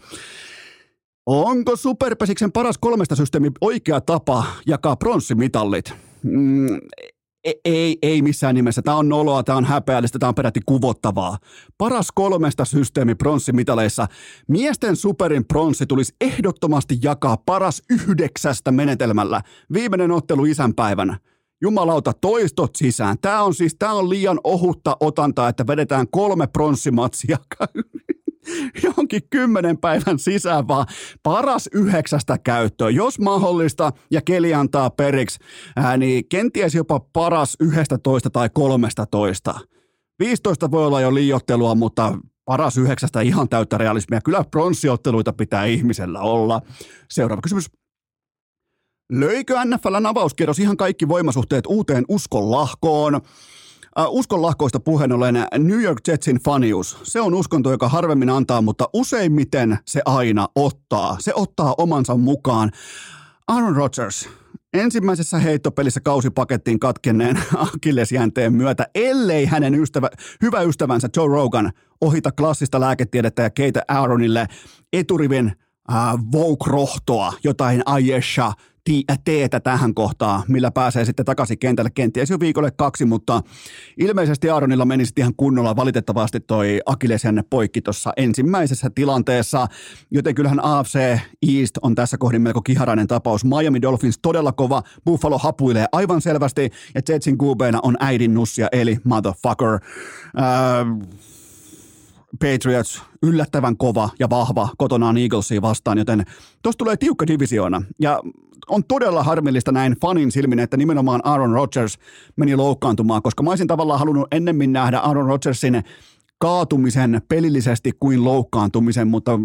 Onko Superpesiksen paras kolmesta systeemi oikea tapa jakaa pronssimitallit? Mm, ei, ei missään nimessä. Tämä on noloa, tämä on häpeällistä, tämä on peräti kuvottavaa. Paras kolmesta systeemi pronssimitaleissa. Miesten superin pronssi tulisi ehdottomasti jakaa paras yhdeksästä menetelmällä. Viimeinen ottelu isänpäivänä. Jumalauta, toistot sisään. Tämä on siis, tämä on liian ohutta otantaa, että vedetään kolme pronssimatsia johonkin kymmenen päivän sisään, vaan paras yhdeksästä käyttöön. Jos mahdollista ja keli antaa periksi, ää, niin kenties jopa paras yksitoista tai kolmetoista. viisitoista voi olla jo liioittelua, mutta paras yhdeksästä ihan täyttä realismia. Kyllä pronssiotteluita pitää ihmisellä olla. Seuraava kysymys. Löikö N F L:n avauskierros ihan kaikki voimasuhteet uuteen uskonlahkoon? Uh, uskonlahkoista puheen ollen New York Jetsin fanius. Se on uskonto, joka harvemmin antaa, mutta useimmiten se aina ottaa. Se ottaa omansa mukaan. Aaron Rodgers. Ensimmäisessä heittopelissä kausipakettiin katkenneen akillesjänteen myötä, ellei hänen ystävä, hyvä ystävänsä Joe Rogan ohita klassista lääketiedettä ja keitä Aaronille eturivin uh, Vogue-rohtoa, jotain Ayesha teetä tähän kohtaan, millä pääsee sitten takaisin kentälle kenties jo viikolle kaksi, mutta ilmeisesti Aaronilla meni sitten ihan kunnolla valitettavasti toi akillesjänne poikki tuossa ensimmäisessä tilanteessa, joten kyllähän A F C East on tässä kohdin melko kiharainen tapaus. Miami Dolphins todella kova, Buffalo hapuilee aivan selvästi ja Jetsin Q B:nä on äidin nussia eli motherfucker. Äh, Patriots yllättävän kova ja vahva kotonaan Eaglesia vastaan, joten tuossa tulee tiukka divisioona. Ja on todella harmillista näin fanin silmin, että nimenomaan Aaron Rodgers meni loukkaantumaan, koska mä olisin tavallaan halunnut ennemmin nähdä Aaron Rodgersin kaatumisen pelillisesti kuin loukkaantumisen, mutta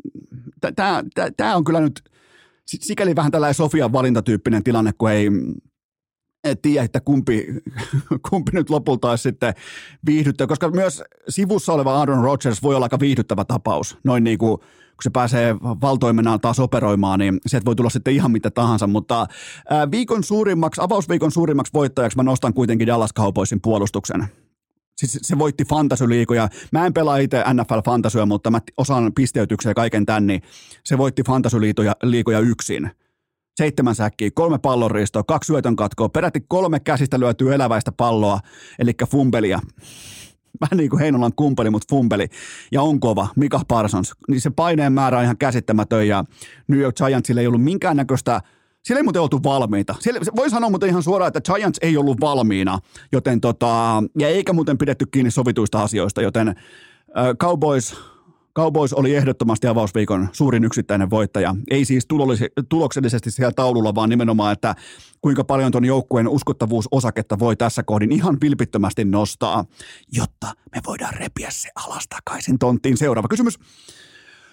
tämä on kyllä nyt sikäli vähän tällainen Sofian valintatyyppinen tilanne, kun ei tiedä, että kumpi, kumpi nyt lopulta olisi sitten viihdyttävä, koska myös sivussa oleva Aaron Rodgers voi olla aika viihdyttävä tapaus. Noin niin kuin, kun se pääsee valtoimenaan taas operoimaan, niin sieltä voi tulla sitten ihan mitä tahansa, mutta ää, viikon suurimmaksi, avausviikon suurimmaksi voittajaksi mä nostan kuitenkin Dallas Cowboysin puolustuksen. Siis se voitti fantasy-liigoja. Mä en pelaa itse N F L-fantasyä, mutta mä osaan pisteytyksiä ja kaiken tän, niin se voitti fantasy-liigoja yksin. Seitsemän säkkiä, kolme pallonriistoa, kaksi syötön katkoa, peräti kolme käsistä lyötyä eläväistä palloa, eli fumbelia. Vähän niin kuin Heinolan kumpeli, mutta fumbeli. Ja on kova, Micah Parsons. Niin se paineen määrä on ihan käsittämätön ja New York Giantsille ei ollut minkäännäköistä, siellä ei muuten oltu valmiita. Siellä, voi sanoa muuten ihan suoraan, että Giants ei ollut valmiina, joten tota, ja eikä muuten pidetty kiinni sovituista asioista, joten äh, Cowboys... Cowboys oli ehdottomasti avausviikon suurin yksittäinen voittaja. Ei siis tuloksellisesti siellä taululla, vaan nimenomaan, että kuinka paljon ton joukkueen uskottavuusosaketta voi tässä kohdin ihan vilpittömästi nostaa, jotta me voidaan repiä se alas takaisin tonttiin. Seuraava kysymys.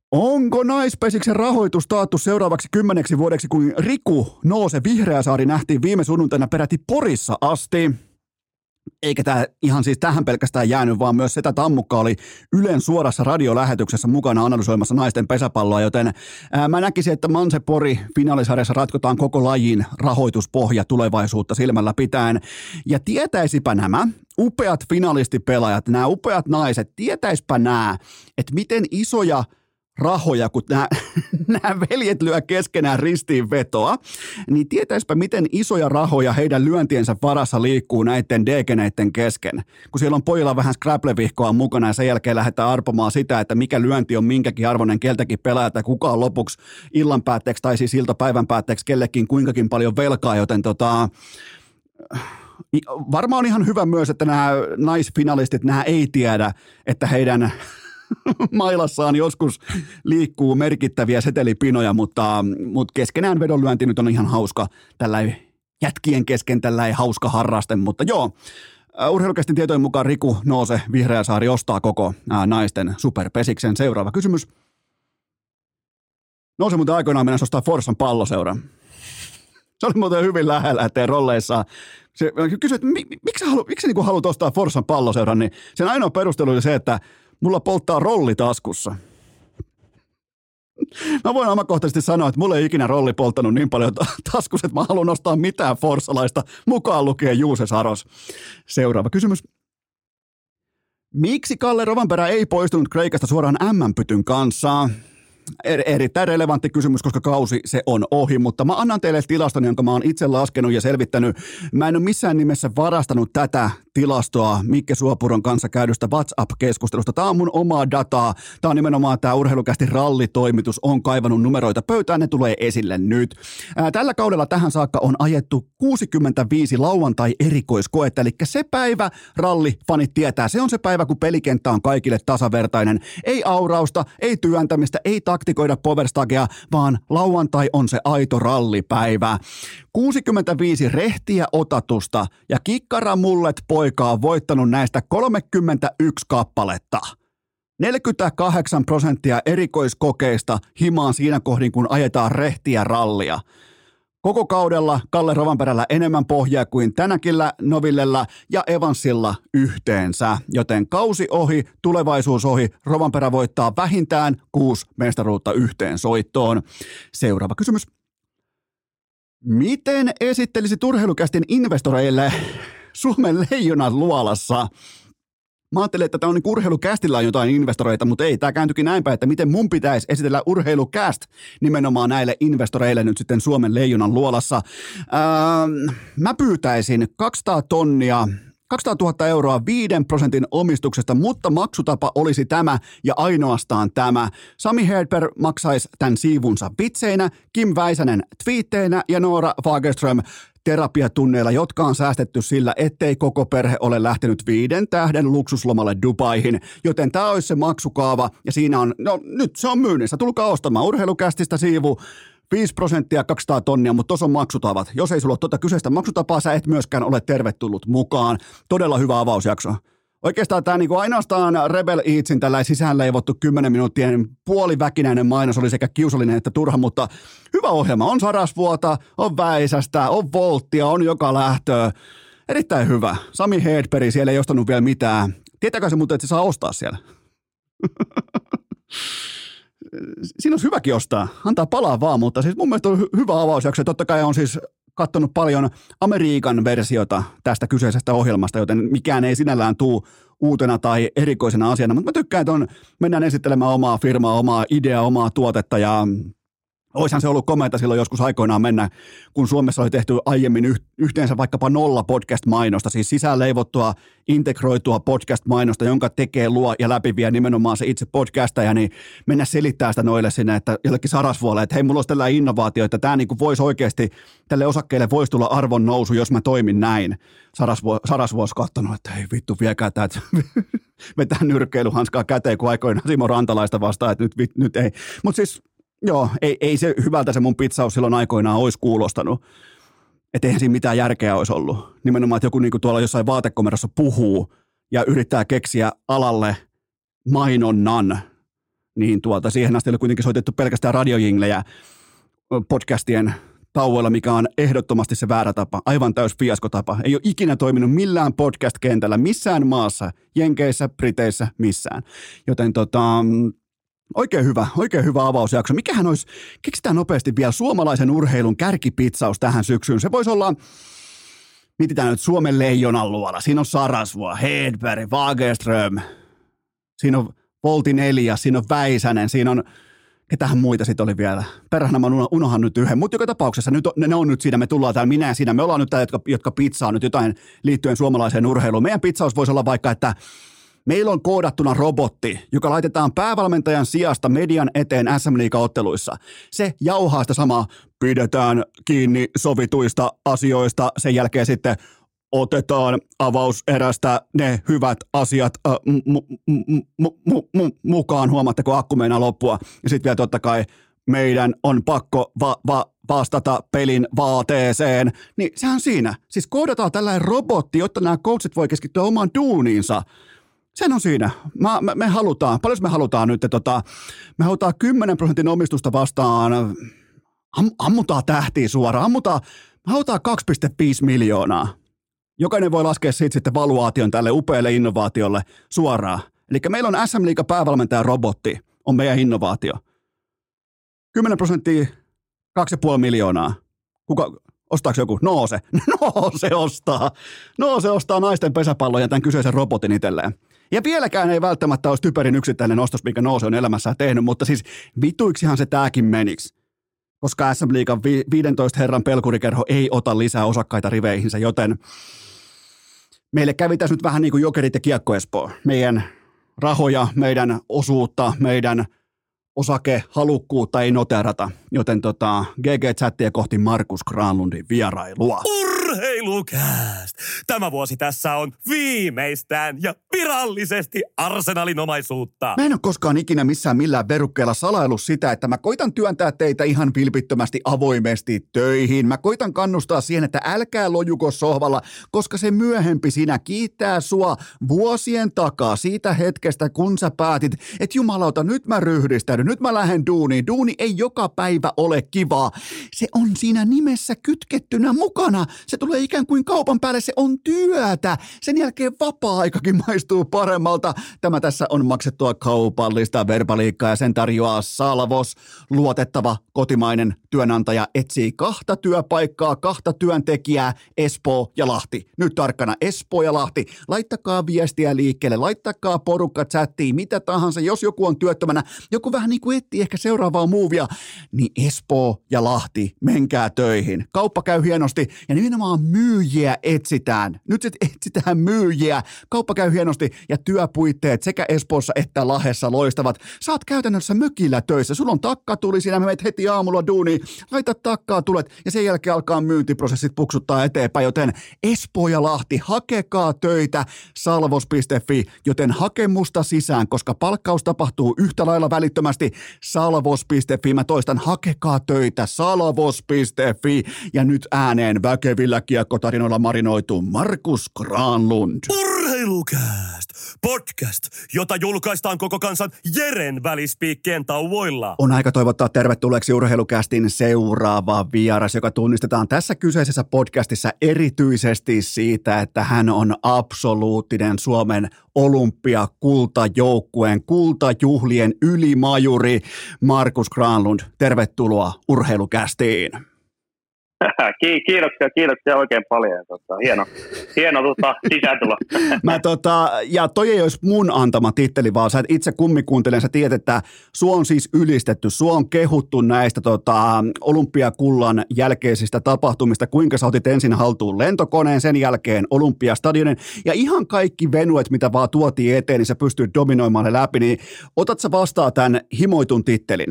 Onko Naispesiksen rahoitus taattu seuraavaksi kymmeneksi vuodeksi, kun Riku Noose Vihreäsaari nähtiin viime sunnuntaina peräti Porissa asti? Eikä tämä ihan siis tähän pelkästään jäänyt, vaan myös Setä Tammukka oli Ylen suorassa radiolähetyksessä mukana analysoimassa naisten pesäpalloa, joten ää, mä näkisin, että Manse Pori finaalisarjassa ratkotaan koko lajin rahoituspohja tulevaisuutta silmällä pitäen. Ja tietäisipä nämä upeat finalistipelaajat, nämä upeat naiset, tietäispä nämä, että miten isoja rahoja, kun nämä, nämä veljet lyö keskenään ristiin vetoa, niin tietäispä miten isoja rahoja heidän lyöntiensä varassa liikkuu näiden degeneiden kesken. Kun siellä on pojilla vähän scrabble-vihkoa mukana ja sen jälkeen lähdetään arpomaan sitä, että mikä lyönti on minkäkin arvoinen keltäkin pelaajalta ja kuka on lopuksi illan päätteeksi tai siis iltapäivän päätteeksi kellekin kuinkakin paljon velkaa, joten tota... Varmaan on ihan hyvä myös, että nämä naisfinalistit, nämä ei tiedä, että heidän mailassaan joskus liikkuu merkittäviä setelipinoja, mutta, mutta keskenään vedonlyönti nyt on ihan hauska. Tällä jätkien kesken tällä ei hauska harraste, mutta joo. Urheilukästin tietojen mukaan Riku Noose Vihreäsaari ostaa koko ää, naisten superpesiksen. Seuraava kysymys. Nouse muuten aikoinaan mennä ostaa Forssan palloseuran. Se oli muuten hyvin lähellä, ettei rolleissa. Se kysyi, että miksi sä, halu, miksi sä niin haluat ostaa Forssan palloseuran, niin sen ainoa perustelu oli se, että mulla polttaa rolli taskussa. Mä voin omakohtaisesti sanoa, että mulla ei ikinä rolli polttanut niin paljon taskussa, että mä haluan ostaa mitään forssalaista, mukaan lukien Juuse Saros. Seuraava kysymys. Miksi Kalle Rovanperä ei poistunut Kreikasta suoraan äm äm-pytyn kanssa? Er, erittäin relevantti kysymys, koska kausi se on ohi, mutta mä annan teille tilaston, jonka mä oon itse laskenut ja selvittänyt. Mä en ole missään nimessä varastanut tätä tilastoa Mikke Suopuron kanssa käydystä WhatsApp-keskustelusta. Tää on mun omaa dataa. Tää on nimenomaan tää Urheilukästi rallitoimitus on kaivannut numeroita pöytään, ne tulee esille nyt. Ää, tällä kaudella tähän saakka on ajettu kuusikymmentäviisi lauantai-erikoiskoetta, eli se päivä rallifanit tietää. Se on se päivä, kun pelikenttä on kaikille tasavertainen. Ei aurausta, ei työntämistä, ei taktikoida powerstagea, vaan lauantai on se aito rallipäivä. kuusikymmentäviisi rehtiä otatusta ja kikkaramullet poika on voittanut näistä kolmekymmentäyksi kappaletta. neljäkymmentäkahdeksan prosenttia erikoiskokeista himaan siinä kohdin, kun ajetaan rehtiä rallia. Koko kaudella Kalle Rovanperällä enemmän pohjaa kuin tänäkillä Novillella ja Evansilla yhteensä. Joten kausi ohi, tulevaisuus ohi, Rovanperä voittaa vähintään kuusi mestaruutta yhteen soittoon. Seuraava kysymys. Miten esittelisit Urheilukästin investoreille Suomen leijonat luolassa? Mä ajattelin, että tämä on niin Urheilukästillä on jotain investoreita, mutta ei. Tämä kääntyikin näinpä, että miten mun pitäisi esitellä Urheilukäst nimenomaan näille investoreille nyt sitten Suomen leijonan luolassa. Öö, mä pyytäisin kaksisataa tonnia, kaksisataatuhatta euroa viiden prosentin omistuksesta, mutta maksutapa olisi tämä ja ainoastaan tämä. Sami Hedberg maksaisi tämän siivunsa vitseinä, Kim Väisänen twiitteinä ja Noora Fagerström terapiatunneilla, jotka on säästetty sillä, ettei koko perhe ole lähtenyt viiden tähden luksuslomalle Dubaihin. Joten tämä olisi se maksukaava ja siinä on, no nyt se on myynnissä. Tulkaa ostamaan Urheilukästistä siivu. viisi prosenttia kaksisataa tonnia, mutta tuossa on maksutavat. Jos ei sulla ole tuota kyseistä maksutapaa, sä et myöskään ole tervetullut mukaan. Todella hyvä avausjakso. Oikeastaan tämä niinku ainoastaan Rebel Eatsin tällä sisään leivottu kymmenen minuuttien puoliväkinäinen mainos oli sekä kiusallinen että turha, mutta hyvä ohjelma. On Sarasvuota, on Väisästä, on Volttia, on joka lähtöä. Erittäin hyvä. Sami Hedberg, siellä ei ostanut vielä mitään. Tietääkö se muuten, että se saa ostaa siellä? Siinä olisi hyväkin ostaa. Antaa palaa vaan, mutta siis mun mielestä on hy- hyvä avausjakso. Totta kai on siis katsonut paljon Amerikan versiota tästä kyseisestä ohjelmasta, joten mikään ei sinällään tuu uutena tai erikoisena asiana. Mutta mä tykkään, että on, mennään esittelemään omaa firmaa, omaa ideaa, omaa tuotetta ja oishan se ollut komeata silloin joskus aikoinaan mennä, kun Suomessa oli tehty aiemmin yhteensä vaikkapa nolla podcast-mainosta, siis sisään leivottua, integroitua podcast-mainosta, jonka tekee, luo ja läpivie nimenomaan se itse podcastaja, niin mennä selittää sitä noille sinne, että jollekin Sarasvuolle, että hei, mulla olisi tällainen innovaatio, että tämä niin kuin voisi oikeasti, tälle osakkeelle voisi tulla arvon nousu, jos mä toimin näin. Sarasvuo, Sarasvuo olisi katsonut, että hei vittu, viekää tämä, että vetää nyrkkeilyhanskaa käteen, kun aikoinaan Simo Rantalaista vastaan, että nyt, nyt ei. Mutta siis joo, ei, ei se hyvältä se mun pitsaus silloin aikoinaan olisi kuulostanut. Että eihän siinä mitään järkeä olisi ollut. Nimenomaan, että joku niinku tuolla jossain vaatekomerossa puhuu ja yrittää keksiä alalle mainonnan. niin tuolta siihen asti oli kuitenkin soitettu pelkästään radiojinglejä podcastien tauoilla, mikä on ehdottomasti se väärä tapa, aivan täys fiaskotapa. Ei ole ikinä toiminut millään podcast-kentällä, missään maassa, Jenkeissä, Briteissä, missään. Joten tota, oikein hyvä, oikein hyvä avausjakso. Mikähän olisi, keksitään nopeasti vielä suomalaisen urheilun kärkipitsaus tähän syksyyn. Se voisi olla, mietitään nyt Suomen leijonan luola. Siinä on Sarasvuo, Hedberg, Fagerström, siinä on Volti neljä, siinä on Väisänen, siinä on ketähän muita sitten oli vielä? Perhana mä unohan nyt yhden, mutta joka tapauksessa nyt on, ne on nyt siinä, me tullaan täällä minä ja siinä. Me ollaan nyt täällä, jotka, jotka pizzaa nyt jotain liittyen suomalaiseen urheiluun. Meidän pizzaus voisi olla vaikka, että meillä on koodattuna robotti, joka laitetaan päävalmentajan sijasta median eteen S M-liigaotteluissa. Se jauhaa sitä samaa, pidetään kiinni sovituista asioista, sen jälkeen sitten otetaan avauserästä ne hyvät asiat äh, mu, mu, mu, mu, mu, mukaan, huomaatteko akku meinaa loppua. Ja sitten vielä totta kai meidän on pakko va, va, vastata pelin vaateeseen. Niin sehän on siinä. Siis koodataan tällainen robotti, jotta nämä coachit voi keskittyä omaan duuniinsa. Sen on siinä. Mä, me, me halutaan, paljon me halutaan nyt, tota, me halutaan kymmenen prosentin omistusta vastaan, am, ammutaan tähtiä suoraan, ammutaan, me halutaan kaksi pilkku viisi miljoonaa. Jokainen voi laskea siitä sitten valuaation tälle upealle innovaatiolle suoraan. Eli meillä on S M-liigan päävalmentaja robotti, on meidän innovaatio. kymmenen prosenttia, kaksi pilkku viisi miljoonaa. Kuka, ostaako joku? Noose. Noose ostaa. Noose ostaa naisten pesäpallon ja tämän kyseisen robotin itselleen. Ja vieläkään ei välttämättä olisi typerin yksittäinen ostos, minkä Noose on elämässään tehnyt, mutta siis vituiksihan se tääkin meniksi. Koska S M-liigan viidentoista herran pelkurikerho ei ota lisää osakkaita riveihinsä, joten meille kävi tässä nyt vähän niin kuin Jokerit ja Kiekko Espoo. Meidän rahoja, meidän osuutta, meidän osakehalukkuutta ei noterata, joten tota, G G-chattia kohti Markus Granlundin vierailua. Urheilukääst! Tämä vuosi tässä on viimeistään ja virallisesti Arsenalin omaisuutta. Mä en ole koskaan ikinä missään millään verukkeella salaillut sitä, että mä koitan työntää teitä ihan vilpittömästi avoimesti töihin. Mä koitan kannustaa siihen, että älkää lojuko sohvalla, koska se myöhempi sinä kiittää sua vuosien takaa siitä hetkestä, kun sä päätit, että jumalauta, nyt mä ryhdistäydyn, nyt mä lähden duuniin. Duuni ei joka päivä ole kivaa. Se on siinä nimessä kytkettynä mukana. Se tulee ikään kuin kaupan päälle, se on työtä. Sen jälkeen vapaa-aikakin maistuu paremmalta. Tämä tässä on maksettua kaupallista verbaliikkaa ja sen tarjoaa Salvos. Luotettava kotimainen työnantaja etsii kahta työpaikkaa, kahta työntekijää, Espoo ja Lahti. Nyt tarkkana Espoo ja Lahti. Laittakaa viestiä liikkeelle, laittakaa porukka chattiin, mitä tahansa. Jos joku on työttömänä, joku vähän niin kuin etsii ehkä seuraavaa muuvia, niin Espoo ja Lahti, menkää töihin. Kauppa käy hienosti ja nimenomaan myyjiä etsitään. Nyt sit etsitään myyjiä. Kauppa käy hienosti ja työpuitteet sekä Espoossa että Lahdessa loistavat. Sä oot käytännössä mökillä töissä. Sulla on takkatuli siinä, me menet heti aamulla duuniin. Laita takkaa tulet ja sen jälkeen alkaa myyntiprosessit puksuttaa eteenpäin, joten Espoo ja Lahti, hakekaa töitä salvos piste fi, joten hakemusta sisään, koska palkkaus tapahtuu yhtä lailla välittömästi salvos piste fi. Mä toistan, hakekaa töitä salvos piste fi ja nyt ääneen väkevillä kiekkotarinoilla marinoitu Markus Granlund. Urheilukääst! Podcast, jota julkaistaan koko kansan Jeren välispiikkien tauoilla. On aika toivottaa tervetulleeksi Urheilukästin seuraava vieras, joka tunnistetaan tässä kyseisessä podcastissa erityisesti siitä, että hän on absoluuttinen Suomen olympiakultajoukkueen kultajuhlien ylimajuri. Markus Granlund, tervetuloa Urheilukästiin. Kiitoksia, kiitoksia oikein paljon. Tota, hieno hieno tota, sisääntulo. Mä tota, ja toi ei olisi mun antama titteli, vaan sä et itse kummikuuntelen, sä tiedät, että sua on siis ylistetty, sua on kehuttu näistä tota, olympiakullan jälkeisistä tapahtumista, kuinka sä otit ensin haltuun lentokoneen, sen jälkeen olympiastadionin, ja ihan kaikki venuet, mitä vaan tuotiin eteen, niin sä pystyt dominoimaan ne läpi, niin otat sä vastaan tämän himoitun tittelin?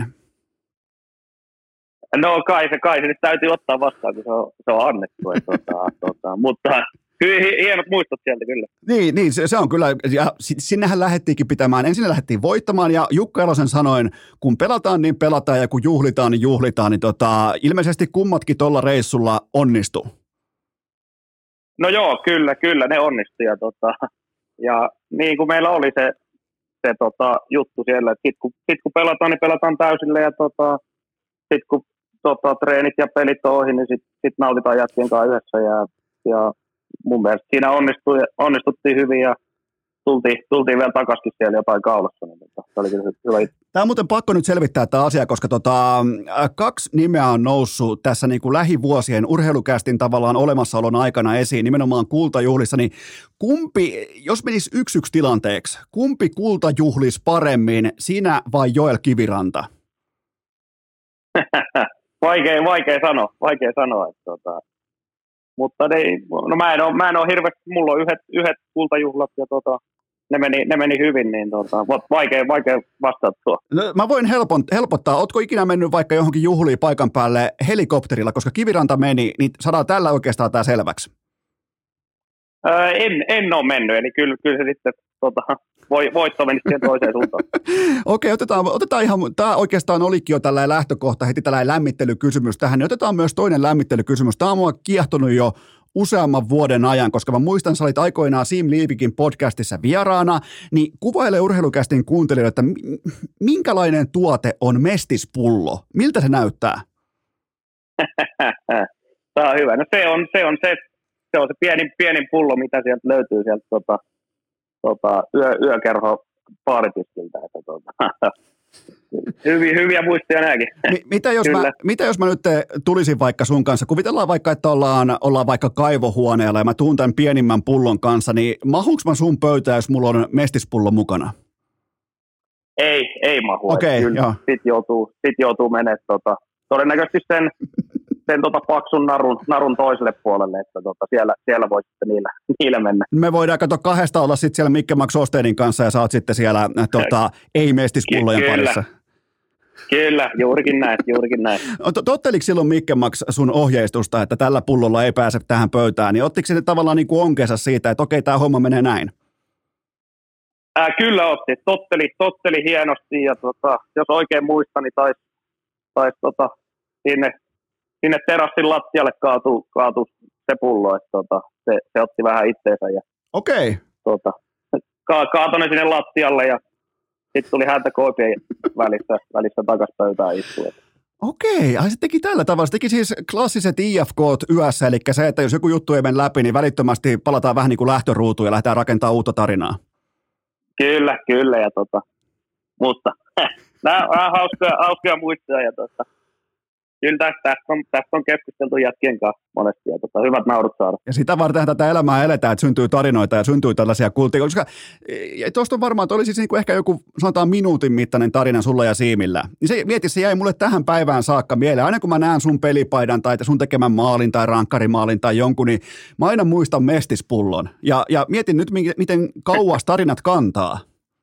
No kai se, kai se nyt täytyy ottaa vastaan, kun se on, se on annettu. Et, tota, tota, mutta kyllä hienot muistot sieltä kyllä. Niin, niin se, se on kyllä, ja sinnehän lähdettiinkin pitämään, ensin lähdettiin voittamaan, ja Jukka Elosen sanoin, kun pelataan, niin pelataan, ja kun juhlitaan, niin juhlitaan, niin tota, ilmeisesti kummatkin tuolla reissulla onnistu. No joo, kyllä, kyllä, ne onnistu, ja, tota, ja niin kuin meillä oli se, se tota, juttu siellä, että sitten kun, sit kun pelataan, niin pelataan täysille ja tota, sitten kun tota, treenit ja pelit on ohi, niin sitten sit nautitaan jätkien kanssa yhdessä ja, ja mun mielestä siinä onnistui, onnistuttiin hyvin ja tultiin, tultiin vielä takaisin siellä jotain kaulassa, niin tota, se oli kyllä hyvä. Tämä on muuten pakko nyt selvittää tämä asia, koska tota, kaksi nimeä on noussut tässä niin kuin lähivuosien urheilukästin tavallaan olemassaolon aikana esiin, nimenomaan kultajuhlissa, niin kumpi, jos menisi yksi yksi tilanteeksi, kumpi kultajuhlis paremmin, sinä vai Joel Kiviranta? vaikea, vaikea sanoa, vaikea sanoa, että tota, mutta ne, no mä en ole, mä en ole hirveästi, mulla on yhdet, yhdet kultajuhlat ja tota, ne meni, ne meni hyvin, niin tota, vaikea, vaikea vastata tuo. No, mä voin helpon, helpottaa. Ootko ikinä mennyt vaikka johonkin juhliin paikan päälle helikopterilla, koska Kiviranta meni, niin saadaan tällä oikeastaan tämä selväksi. Öö, en, en ole mennyt, eli kyllä, kyllä se sitten tota, voi, voitto meni siihen toiseen suuntaan. Okei, otetaan, otetaan ihan, tämä oikeastaan olikin jo tällainen lähtökohta, heti tällainen lämmittelykysymys tähän, niin otetaan myös toinen lämmittelykysymys. Tämä on mua kiehtonut jo useamman vuoden ajan, koska mä muistan, sä olit aikoinaan Siim Liivikin podcastissa vieraana, niin kuvaile urheilukästin kuuntelijoille, että minkälainen tuote on mestispullo? Miltä se näyttää? Tämä on hyvä. No se on se, on se, se, on se pienin, pienin pullo, mitä sieltä löytyy sieltä tota, tota, yö, yökerho baaritiskiltä. Että, tota, hyviä, hyviä muistia nämäkin. Mitä jos, mä, mitä jos mä nyt tulisin vaikka sun kanssa, kuvitellaan vaikka, että ollaan, ollaan vaikka kaivohuoneella ja mä tuun tämän pienimmän pullon kanssa, niin mahuuks mä sun pöytään, jos mulla on mestispullo mukana? Ei, ei mahu. Okei, okay, joo. Sitten joutuu, sit joutuu menemään tota, todennäköisesti sen, sen tota paksun narun, narun toiselle puolelle, että tota, siellä, siellä voi sitten niillä, niillä mennä. Me voidaan katsoa kahdesta olla sitten siellä Mikke Max Osteenin kanssa ja sä oot sitten siellä tota, ei-mestispullojen Ky- parissa. Kyllä, juurikin näin, juurikin näin. Totteliko silloin Mikke Max sun ohjeistusta, että tällä pullolla ei pääse tähän pöytään, niin ottiko se tavallaan niin kuin onkensa siitä, että okei, tämä homma menee näin? Ää, kyllä otti, totteli, totteli hienosti ja tota, jos oikein muistan, niin taisi tais, tota, sinne, sinne terassin lattialle kaatu, kaatu se pullo, että tota, se, se otti vähän itteensä ja okei. Tota, ka, kaatoi ne sinne lattialle ja sitten tuli häntä koipien välissä, välissä takas pöytään istua. Okei, ai se teki tällä tavalla. Se teki siis klassiset I F K:t yössä, eli se, että jos joku juttu ei mene läpi, niin välittömästi palataan vähän niin kuin lähtöruutuun ja lähdetään rakentamaan uutta tarinaa. Kyllä, kyllä. Ja tota, mutta nämä on hauskoja, hauskoja muistoja ja tota, kyllä tästä, tästä, on, tästä on keskusteltu jätkien kanssa monesti ja tota, hyvät naurut saada. Ja sitä varten tätä elämää eletään, että syntyy tarinoita ja syntyy tällaisia kultteja. Koska tuosta on varmaan, että oli siis niin kuin ehkä joku sanotaan minuutin mittainen tarina sulla ja Siimillä. Niin se, mieti, se jäi mulle tähän päivään saakka mieleen. Aina kun mä näen sun pelipaidan tai sun tekemän maalin tai rankkarimaalin tai jonkun, niin mä aina muistan mestispullon. Ja, ja mietin nyt, miten kauas tarinat kantaa.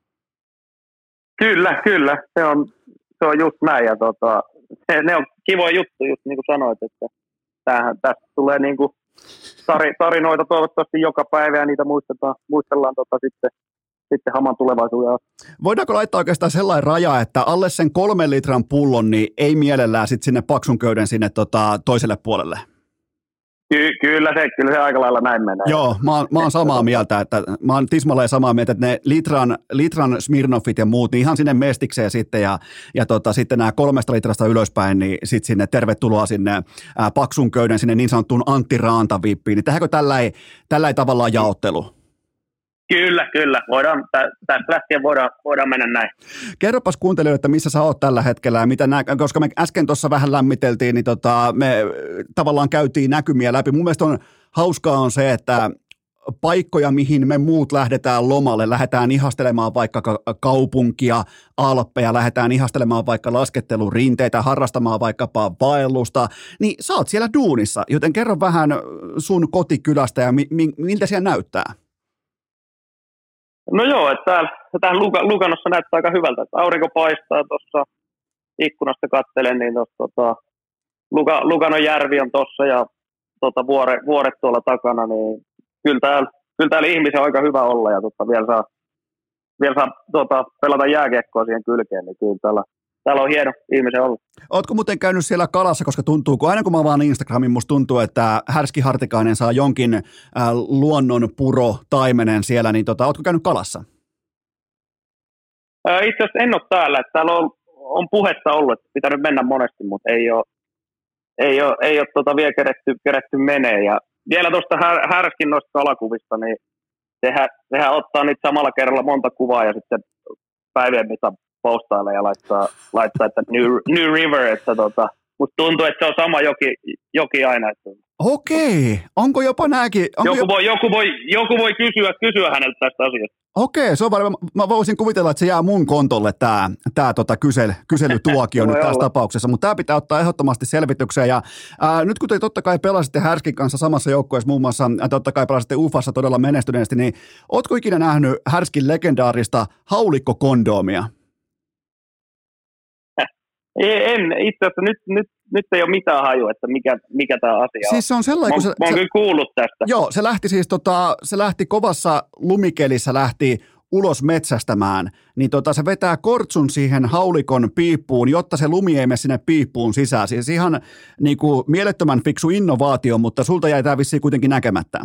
Kyllä, kyllä. Se on, se on just näin ja tota, ne on kivoja juttu, just niin kuin sanoit, että tämähän, tästä tulee niin kuin tarinoita toivottavasti joka päivä ja niitä muistetaan, muistellaan tota sitten, sitten haman tulevaisuuden. Voidaanko laittaa oikeastaan sellainen raja, että alle sen kolmen litran pullon niin ei mielellään sitten sinne paksun köyden sinne tota, toiselle puolelle? Ky- kyllä, se, kyllä se aika lailla näin menee. Joo, mä oon, mä oon samaa mieltä, että mä oon tismalleen samaa mieltä, että ne litran, litran Smirnoffit ja muut, niin ihan sinne mestikseen sitten ja, ja tota, sitten nämä kolmesta litrasta ylöspäin, niin sitten sinne tervetuloa sinne ää, paksun köyden, sinne niin sanottuun Antti Raanta-vippiin. Niin tehdäänkö tälläin, tälläin tavallaan jaottelu? Kyllä, kyllä. Voidaan, tästä lähtien voidaan, voidaan mennä näin. Kerropas kuuntelijoille, että missä sä oot tällä hetkellä ja mitä nää, koska me äsken tuossa vähän lämmiteltiin, niin tota, me tavallaan käytiin näkymiä läpi. Mun mielestä on hauskaa on se, että paikkoja, mihin me muut lähdetään lomalle, lähdetään ihastelemaan vaikka kaupunkia, alppeja, lähdetään ihastelemaan vaikka laskettelurinteitä, harrastamaan vaikkapa vaellusta, niin sä oot siellä duunissa, joten kerro vähän sun kotikylästä ja mi- mi- miltä siellä näyttää. No joo, että täällä, täällä Luganossa näyttää aika hyvältä, että aurinko paistaa tuossa ikkunasta katselen, niin tossa, tota, Luga, Luganon järvi on tuossa ja tota, vuore, vuoret tuolla takana, niin kyllä täällä, kyllä täällä ihmisen on aika hyvä olla ja tota, vielä saa, vielä saa tota, pelata jääkiekkoa siihen kylkeen, niin kyllä täällä, täällä on hieno ihmisen olla. Ootko muuten käynyt siellä kalassa, koska tuntuu, kun aina kun mä vaan Instagramin, musta tuntuu, että Härski Hartikainen saa jonkin äh, luonnon puro taimenen siellä, niin tota, ootko käynyt kalassa? Ää, itse asiassa en ole täällä, että täällä on, on puhetta ollut, että pitänyt mennä monesti, mutta ei ole, ei ole, ei ole tota vielä keretty, keretty menee. Ja vielä tuosta här, härskin noista kalakuvista, niin sehän, sehän ottaa niitä samalla kerralla monta kuvaa ja sitten päivien mitä postailee ja laittaa, laittaa että New, New River, että tota, musta tuntuu, että se on sama joki, joki aina. Että Okei, onko jopa nääkin? Onko joku, jopa... voi, joku, voi, joku voi kysyä, kysyä häneltä tästä asiasta. Okei, se on varmaan. Mä voisin kuvitella, että se jää mun kontolle tämä tää, tota, kysely, kyselytuokio nyt tässä tapauksessa, mutta tämä pitää ottaa ehdottomasti selvitykseen. Ja, ää, nyt kun te totta kai pelasitte Härskin kanssa samassa joukkueessa, muun muassa ää, totta kai pelasitte U F A:ssa todella menestyneesti, niin ootko ikinä nähnyt Härskin legendaarista haulikkokondoomia? En, itse asiassa nyt, nyt, nyt ei ole mitään hajua, että mikä, mikä tämä asia on. Siis se on sellainen, mä, se, mä oon se, kyllä kuullut tästä. Joo, se lähti siis tota, se lähti kovassa lumikelissä, lähti ulos metsästämään, niin tota, se vetää kortsun siihen haulikon piippuun, jotta se lumi ei mene sinne piippuun sisään. Siis ihan niin kuin mielettömän fiksu innovaatio, mutta sulta jäi tämä vissiin kuitenkin näkemättä.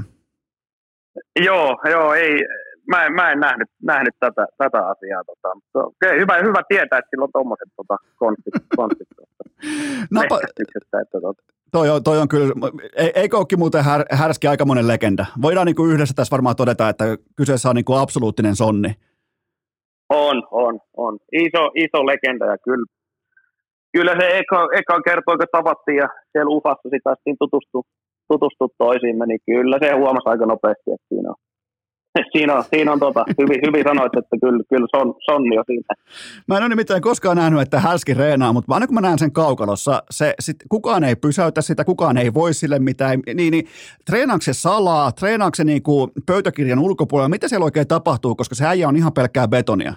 Joo, joo, ei, mä en, mä en nähnyt, nähnyt tätä, tätä asiaa. Tota. Okay, hyvä, hyvä tietää, että sillä on tuommoiset tota, konstit. konstit Napa, että, tota. toi, on, toi on kyllä, eikö olekin muuten här, Härski aikamoinen legenda? Voidaan niin kuin yhdessä tässä varmaan todeta, että kyseessä on niin kuin absoluuttinen sonni. On, on, on. Iso, iso legenda ja kyllä, kyllä se eka, eka kertoo, kun tavattiin ja siellä U F A:ssa sitä tutustui, tutustui toisiimme, niin kyllä se huomasi aika nopeasti, että siinä on. Siinä on, siinä on tota, hyvin, hyvin sanoit, että kyllä, kyllä son, sonni jo siitä. Mä en ole nimittäin koskaan nähnyt, että Härski reenaa, mutta aina kun mä näen sen kaukalossa, se, sit, kukaan ei pysäytä sitä, kukaan ei voi sille mitään. Niin, niin, treenaako se salaa, treenaako se niinku pöytäkirjan ulkopuolella, mitä siellä oikein tapahtuu, koska se äijä on ihan pelkkää betonia?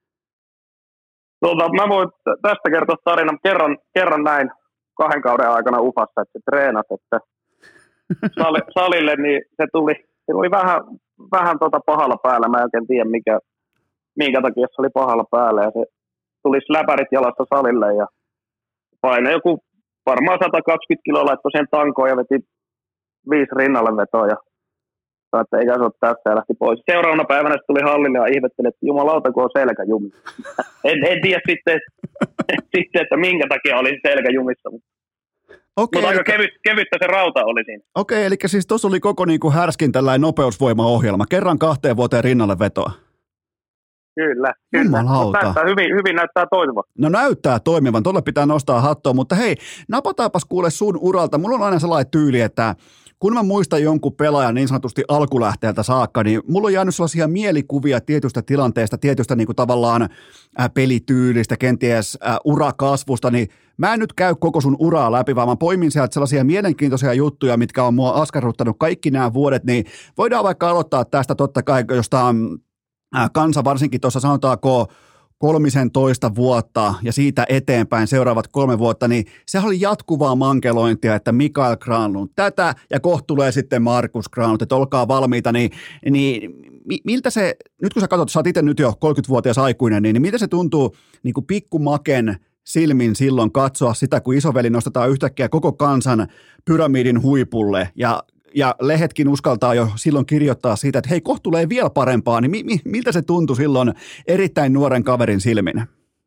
Tuota, mä voin tästä kertoa tarinan. Kerran, kerran näin kahden kauden aikana U F A:ssa, että se treenasi, että sali, salille, niin se tuli, se oli vähän... vähän tota pahalla päällä, mä en oikein tiedä mikä, minkä takia se oli pahalla päällä ja se tuli läpärit jalasta salille ja painoi joku varmaan sata kaksikymmentä kiloa laittoi sen tankoon ja veti viisi rinnalle vetoa ja sanoi, että eikä se ole tässä ja lähti pois. Seuraavana päivänä se tuli hallille ja ihmetteli, että jumalauta kun on selkä jumissa. en, en tiedä sitten, sitten, että minkä takia oli selkä jumissa. Okei, mutta aika eli... kevyt, kevyttä se rauta oli siinä. Okei, eli siis tuossa oli koko niin kuin Härskin tällainen nopeusvoimaohjelma. Kerran kahteen vuoteen rinnalle vetoa. Kyllä, kyllä. Näyttää hyvin, hyvin näyttää toimivan. No näyttää toimivan, tuolle pitää nostaa hattoa, mutta hei, napataanpas kuule sun uralta. Mulla on aina sellainen tyyli, että kun mä muistan jonkun pelaajan niin sanotusti alkulähteeltä saakka, niin mulla on jäänyt sellaisia mielikuvia tietystä tilanteesta, tietystä niin kuin tavallaan äh, pelityylistä, kenties äh, urakasvusta, niin mä en nyt käy koko sun uraa läpi, vaan mä poimin sieltä sellaisia mielenkiintoisia juttuja, mitkä on mua askarruttanut kaikki nämä vuodet, niin voidaan vaikka aloittaa tästä totta kai, josta äh, kansa varsinkin tuossa sanotaanko kolmisen toista vuotta ja siitä eteenpäin seuraavat kolme vuotta, niin se oli jatkuvaa mankelointia, että Mikael Granlund tätä ja kohta tulee sitten Markus Granlund, että olkaa valmiita, niin, niin miltä se, nyt kun sä katsot, sä oot itse nyt jo kolmekymmentävuotias aikuinen, niin, niin miltä se tuntuu niin kuin pikkumaken silmin silloin katsoa sitä, kun isoveli nostetaan yhtäkkiä koko kansan pyramidin huipulle ja Ja lehetkin uskaltaa jo silloin kirjoittaa siitä, että hei, kohta tulee vielä parempaa, niin mi- mi- miltä se tuntui silloin erittäin nuoren kaverin silmin?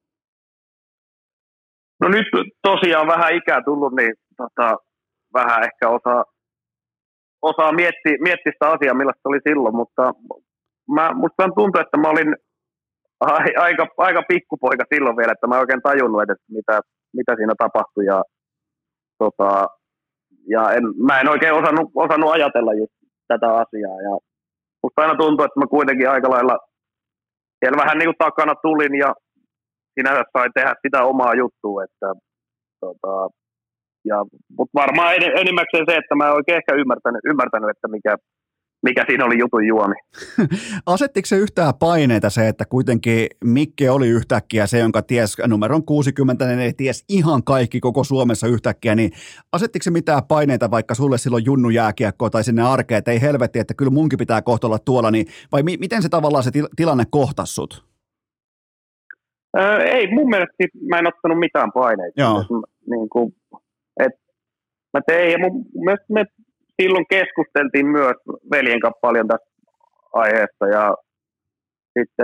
No nyt tosiaan vähän ikää tullut, niin tota, vähän ehkä osaa, osaa miettiä, miettiä sitä asiaa, millaista oli silloin, mutta mä, musta tuntuu, että mä olin aika, aika pikkupoika silloin vielä, että mä en oikein tajunnut, että mitä, mitä siinä tapahtui ja tota, Ja en, mä en oikein osannut, osannut ajatella just tätä asiaa. Ja musta aina tuntuu, että mä kuitenkin aika lailla siellä vähän niin kuin takana tulin ja sinänsä sain tehdä sitä omaa juttua. Että, tota, ja, mutta varmaan en, enimmäkseen se, että mä en oikein ehkä ymmärtänyt, ymmärtänyt että mikä, mikä siinä oli jutun juoni. Asettiko se yhtään paineita se, että kuitenkin Mikke oli yhtäkkiä se, jonka ties numeron kuusikymmentä, niin ei ties ihan kaikki koko Suomessa yhtäkkiä, niin asettiko se mitään paineita vaikka sulle silloin junnu jääkiekkoa tai sinne arkeen, että ei helvetti, että kyllä munkin pitää kohta olla tuolla, niin vai mi- miten se tavallaan se til- tilanne kohtasi sut? Öö, ei, mun mielestä mä en ottanut mitään paineita. Joo. Niin kuin, et, mä tein, ja mun, mun mielestä me silloin keskusteltiin myös veljen kanssa paljon tästä aiheesta ja sitten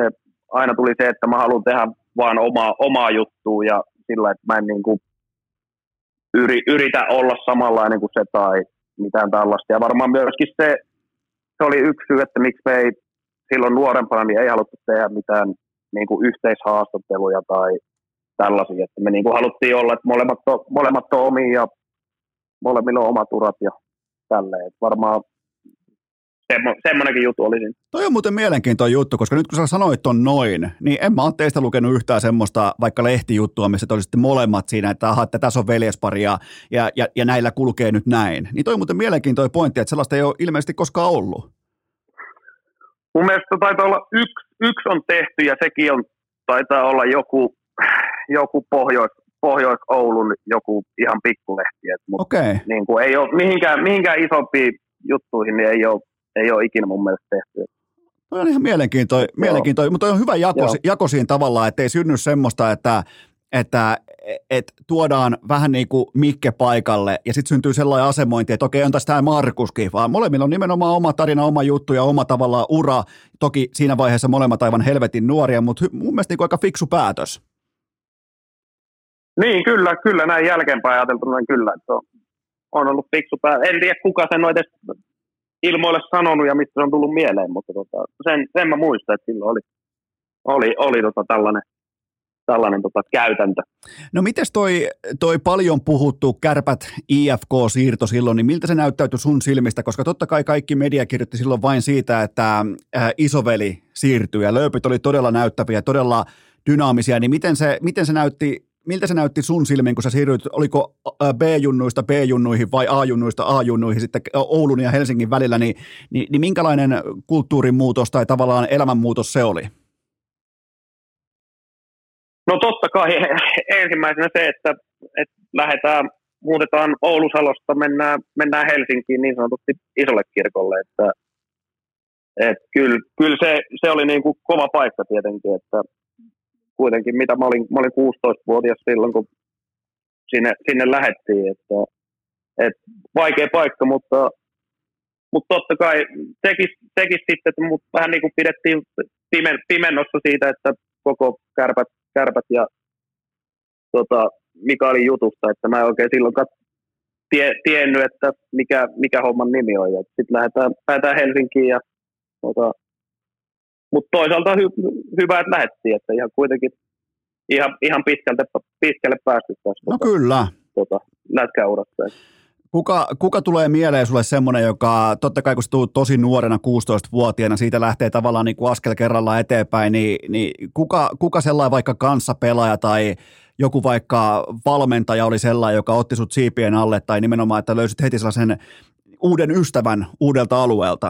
aina tuli se, että mä haluan tehdä vaan omaa, omaa juttua ja sillä, että mä en niin kuin yri, yritä olla samanlainen kuin se tai mitään tällaista. Ja varmaan myöskin se, se oli yksi syy, että miksi me ei silloin nuorempana niin ei haluttu tehdä mitään niin kuin yhteishaastatteluja tai tällaisia. Että me niin kuin haluttiin olla, että molemmat on, molemmat on omia ja molemmilla on omat urat ja tälleen. Että varmaan semmo, semmoinenkin juttu oli siinä. Toi on muuten mielenkiintoinen juttu, koska nyt kun sä sanoit ton noin, niin en mä ole teistä lukenut yhtään semmoista vaikka lehtijuttua, missä te olisitte molemmat siinä, että aha, että tässä on veljespari ja, ja, ja, ja näillä kulkee nyt näin. Niin toi on muuten mielenkiintoinen pointti, että sellaista ei ole ilmeisesti koskaan ollut. Mun mielestä taitaa olla yksi, yksi on tehty ja sekin on, taitaa olla joku, joku Pohjois, Pohjois-Oulun joku ihan pikkulehti. Okei. Okay. Niin kuin ei ole mihinkään, mihinkään isompiin juttuihin, niin ei ole, ei ole ikinä mun mielestä tehty. Toi on ihan mielenkiintoinen, mielenkiintoinen mutta on hyvä jako, jako siinä tavallaan, että ei synny semmoista, että että et tuodaan vähän niin kuin Mikke paikalle ja sitten syntyy sellainen asemointi, että okei, on tässä tämä Markuskin, vaan molemmilla on nimenomaan oma tarina, oma juttu ja oma tavallaan ura. Toki siinä vaiheessa molemmat aivan helvetin nuoria, mutta mun mielestä niin kuin aika fiksu päätös. Niin, kyllä, kyllä näin jälkeenpäin ajateltuna kyllä, että on, on ollut fiksu päätös. En tiedä, kuka sen on edes ilmoille sanonut ja mistä se on tullut mieleen, mutta tota, sen, sen mä muistan, että silloin oli, oli, oli tota tällainen. tällainen tota, käytäntö. No mites toi, toi paljon puhuttu Kärpät I F K-siirto silloin, niin miltä se näyttäytyi sun silmistä, koska totta kai kaikki media kirjoitti silloin vain siitä, että ää, isoveli siirtyi ja lööpit oli todella näyttäviä, todella dynaamisia, niin miten se, miten se näytti, miltä se näytti sun silmiin, kun sä siirryit, oliko B-junnuista B-junnuihin vai A-junnuista A-junnuihin sitten Oulun ja Helsingin välillä, niin, niin, niin minkälainen kulttuurin muutos tai tavallaan elämänmuutos se oli? No totta kai ensimmäisenä se, että, että lähdetään, muutetaan Oulusalosta, mennään, mennään Helsinkiin niin sanotusti isolle kirkolle. Että, että kyllä, kyllä se, se oli niin kuin kova paikka tietenkin, että kuitenkin mitä mä olin, mä olin kuusitoistavuotias silloin, kun sinne, sinne lähdettiin. Että, että vaikea paikka, mutta, mutta totta kai tekisi, tekisi sitten, että mut vähän niin kuin pidettiin pimen, pimennossa siitä, että koko Kärpät Kärpät ja tota, Mikaelin jutusta, että mä en oikein silloin kat- tie, tiennyt, että mikä, mikä homman nimi on. Sitten lähdetään, lähdetään Helsinkiin, ja, tota, mutta toisaalta hy- hyvä, että lähdettiin, että ihan kuitenkin ihan, ihan pitkältä, pitkälle päästy tässä no tota, kyllä. Tota, lätkäurassa. Kuka, kuka tulee mieleen sulle semmoinen, joka totta kai kun sä tulet tosi nuorena kuusitoistavuotiaana, siitä lähtee tavallaan niin kuin askel kerrallaan eteenpäin, niin, niin kuka, kuka sellainen vaikka kanssapelaaja tai joku vaikka valmentaja oli sellainen, joka otti sut siipien alle tai nimenomaan, että löysit heti sellaisen uuden ystävän uudelta alueelta?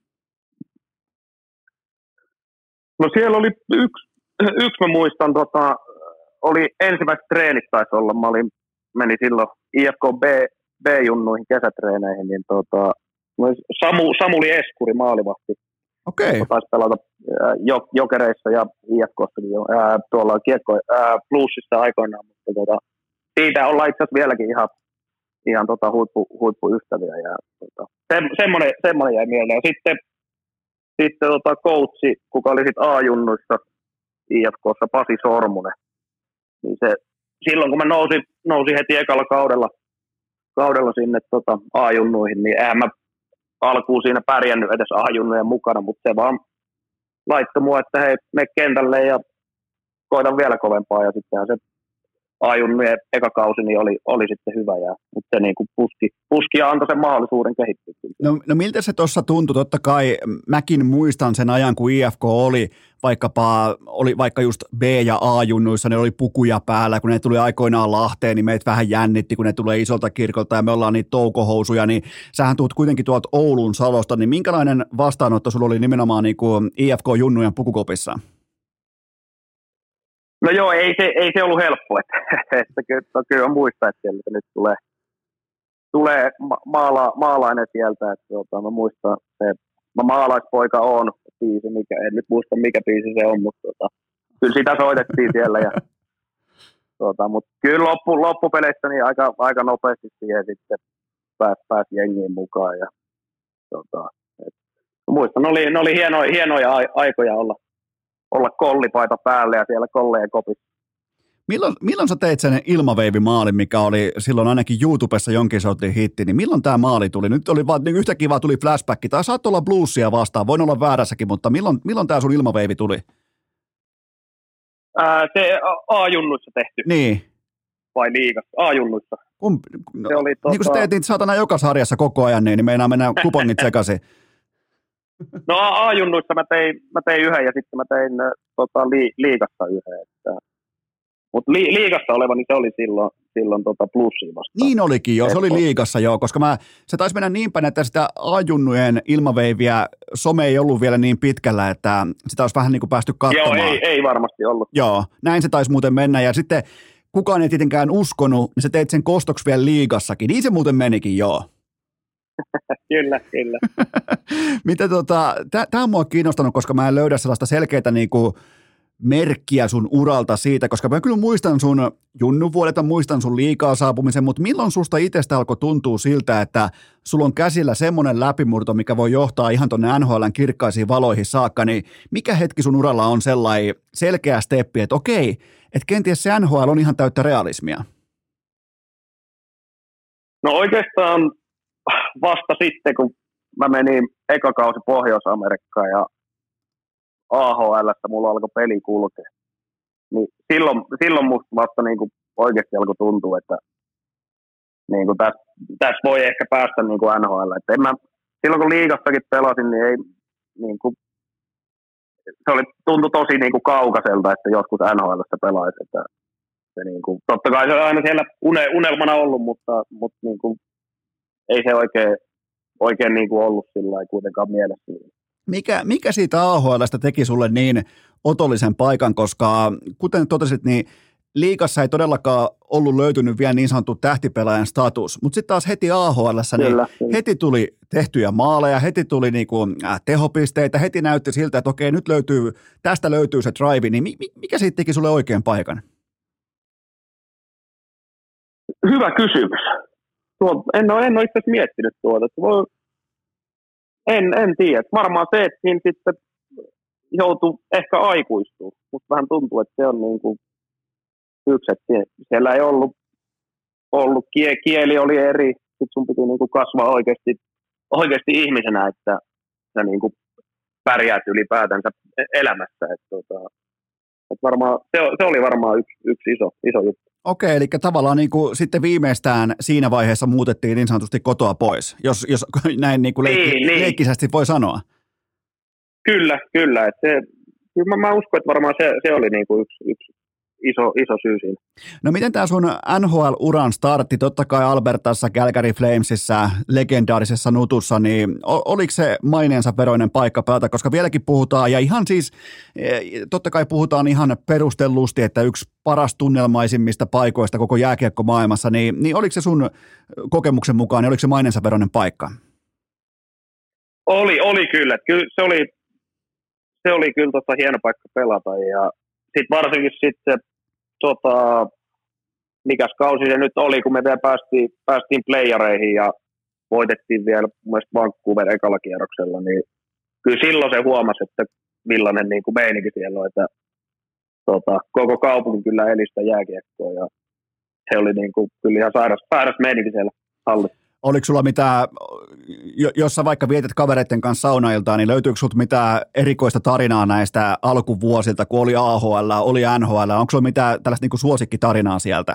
No siellä oli yksi, yksi mä muistan, tota, oli ensimmäiset treenit taisi olla, mä olin, meni silloin I F K B, B-junnuihin kesätreeneihin, niin tota, Samu, Samuli Eskuri maalivahti. Okei. Okay. Taisi pelata ää, jo, Jokereissa ja I F K:ssa ää, tuolla kiekko ää, Bluesissa aikoinaan, mutta tota, siitä ollaan itse asiassa vieläkin ihan, ihan tota, huippu, huippuystäviä. Ja, tota, se, semmoinen, semmoinen jäi mieleen. Ja sitten, sitten tota, coachi, kuka oli sitten A-junnuissa I F K:ssa, Pasi Sormunen, niin se, silloin kun mä nousin, nousin heti ekalla kaudella, kaudella sinne tota, A-junnuihin, niin eihän mä alkuun siinä pärjännyt edes A-junnujen mukana, mutta se vaan laittoi mua, että hei, mene kentälle ja koitan vielä kovempaa, ja sittenhän se A-junnujen eka kausi niin oli, oli sitten hyvä, ja, mutta se niin kuin puski, puski ja antoi sen mahdollisuuden kehittyä. No, no miltä se tuossa tuntui? Totta kai mäkin muistan sen ajan, kun I F K oli vaikkapa, oli vaikka just B- ja A-junnuissa, ne oli pukuja päällä, kun ne tuli aikoinaan Lahteen, niin meitä vähän jännitti, kun ne tulee isolta kirkolta ja me ollaan niitä toukohousuja, niin sähän tuut kuitenkin tuolta Oulun Salosta, niin minkälainen vastaanotto sulla oli nimenomaan niin kuin I F K-junnujen pukukopissa? No joo, ei se, ei se ollut helppo, että, että kyllä, kyllä muistaa, että sieltä nyt tulee, tulee maala, maalainen sieltä, että tota, mä muistan, että mä maalaispoika oon, biisi, mikä, en nyt muista mikä biisi se on, mutta tota, kyllä sitä soitettiin siellä, ja, tota, mutta kyllä loppu, loppupeleissä niin aika, aika nopeasti siihen sitten pääsi pääs jengiin mukaan, ja tota, et, muistan, ne oli, ne oli hienoja, hienoja aikoja olla, olla kollipaita päälle ja siellä kolleen kopissa. Milloin, milloin sä teit sen ilmaveivimaali, mikä oli silloin ainakin YouTubessa jonkin sortin hitti, niin milloin tämä maali tuli? Nyt oli vaan, niin yhtäkkiä vaan tuli flashback, tai saat olla bluesia vastaan, voin olla väärässäkin, mutta milloin, milloin tämä sun ilmaveivi tuli? Ää, se A-junnuissa tehty. Niin. Vai liigassa? A-junnuissa. Kum, no, se oli, niin kuin tota... sä teet niitä saatana joka sarjassa koko ajan, niin, niin meinaa mennä kupongit sekaisin. No A-junnuissa mä tein, mä tein yhden ja sitten mä tein tota, li, liigassa yhden. Että... Mutta li, liigassa oleva, niin se oli silloin, silloin tota plussia vastaan. Niin olikin joo, se oli liigassa joo, koska mä, se taisi mennä niin päin, että sitä A-junnujen ilmaveiviä some ei ollut vielä niin pitkällä, että sitä olisi vähän niin kuin päästy katsomaan. Joo, ei, ei varmasti ollut. Joo, näin se taisi muuten mennä ja sitten kukaan ei tietenkään uskonut, niin sä teit sen kostoksi vielä liigassakin. Niin se muuten menikin, joo. Kyllä, kyllä. Mitä tota, tämä on mua kiinnostanut, koska mä en löydä sellaista selkeää niinku merkkiä sun uralta siitä, koska mä kyllä muistan sun junnuvuodelta, muistan sun liikaa saapumisen, mutta milloin susta itsestä alkoi tuntua siltä, että sulla on käsillä semmoinen läpimurto, mikä voi johtaa ihan tonne N H L:n kirkkaisiin valoihin saakka, niin mikä hetki sun uralla on sellainen selkeä steppi, että okei, että kenties se N H L on ihan täyttä realismia? No oikeastaan vasta sitten, kun mä menin eka kausi Pohjois-Amerikkaan ja A H L:stä mulla alkoi peli kulkea, niin silloin, silloin musta vasta niin kuin oikeasti alkoi tuntua, että niin kuin tässä, tässä voi ehkä päästä niin kuin N H L. Että en mä, silloin kun liigassakin pelasin, niin, ei, niin kuin, se oli, tuntui tosi niin kuin kaukaiselta, että joskus N H L:ssä pelaisi. Että se niin kuin, totta kai se on aina siellä une, unelmana ollut, mutta, mutta niin kuin, ei se oikein, oikein niin kuin ollut sillä lailla kuitenkaan mielessä. Mikä, mikä siitä A H L:stä teki sulle niin otollisen paikan, koska kuten totesit, niin liigassa ei todellakaan ollut löytynyt vielä niin sanottu tähtipelaajan status, mutta sitten taas heti A H L:ssä niin kyllä, kyllä. heti tuli tehtyjä maaleja, heti tuli niinku, äh, tehopisteitä, heti näytti siltä, että okei, nyt löytyy, tästä löytyy se drive, niin mi, mikä siitä teki sulle oikein paikan? Hyvä kysymys. Tuo, en ole, en ole itse asiassa miettinyt tuota. Voi, en, en tiedä. Varmaan se, että siinä sitten joutuu ehkä aikuistumaan. Musta vähän tuntuu, että se on niin kuin yksi, että siellä ei ollut, ollut kie, kieli oli eri. Sitten sun piti niin kuin kasvaa oikeasti, oikeasti ihmisenä, että sä niin kuin pärjäät ylipäätänsä elämässä. Että, tota, että varmaan, se, se oli varmaan yksi, yksi iso, iso juttu. Okei, eli tavallaan niin kuin sitten viimeistään siinä vaiheessa muutettiin niin sanotusti kotoa pois, jos, jos näin niin kuin leikki, niin, niin. leikkisesti voi sanoa. Kyllä, kyllä. Että se, kyllä mä, mä uskon, että varmaan se, se oli niin kuin yksi, yksi iso, iso syy siinä. No miten tämä sun N H L-uran startti, totta kai Albertassa, Calgary Flamesissa, legendaarisessa nutussa, niin oliko se maineensa veroinen paikka pelata, koska vieläkin puhutaan, ja ihan siis, totta kai puhutaan ihan perustellusti, että yksi paras tunnelmaisimmista paikoista koko jääkiekkomaailmassa, niin, niin oliko se sun kokemuksen mukaan, niin oliko se maineensa veroinen paikka? Oli, oli kyllä. Kyllä se oli, se oli kyllä tota hieno paikka pelata, ja sitten varsinkin sitten tota, mikäs kausi se nyt oli, kun me vielä päästiin, päästiin playereihin ja voitettiin vielä mun mielestä Vancouver ekalla kierroksella, niin kyllä silloin se huomasi, että millainen niin kuin meininki siellä on, että tota, koko kaupunki kyllä eli sitä jääkiekkoa ja se oli niin kuin, kyllä ihan sairas, sairas meininki siellä hallissa. Oliko sulla mitään, jos sä vaikka vietät kavereiden kanssa saunailtaan, niin löytyykö sulta mitään erikoista tarinaa näistä alkuvuosilta, kun oli A H L, oli N H L? Onko sulla mitään tällaista niin kuin suosikkitarinaa sieltä?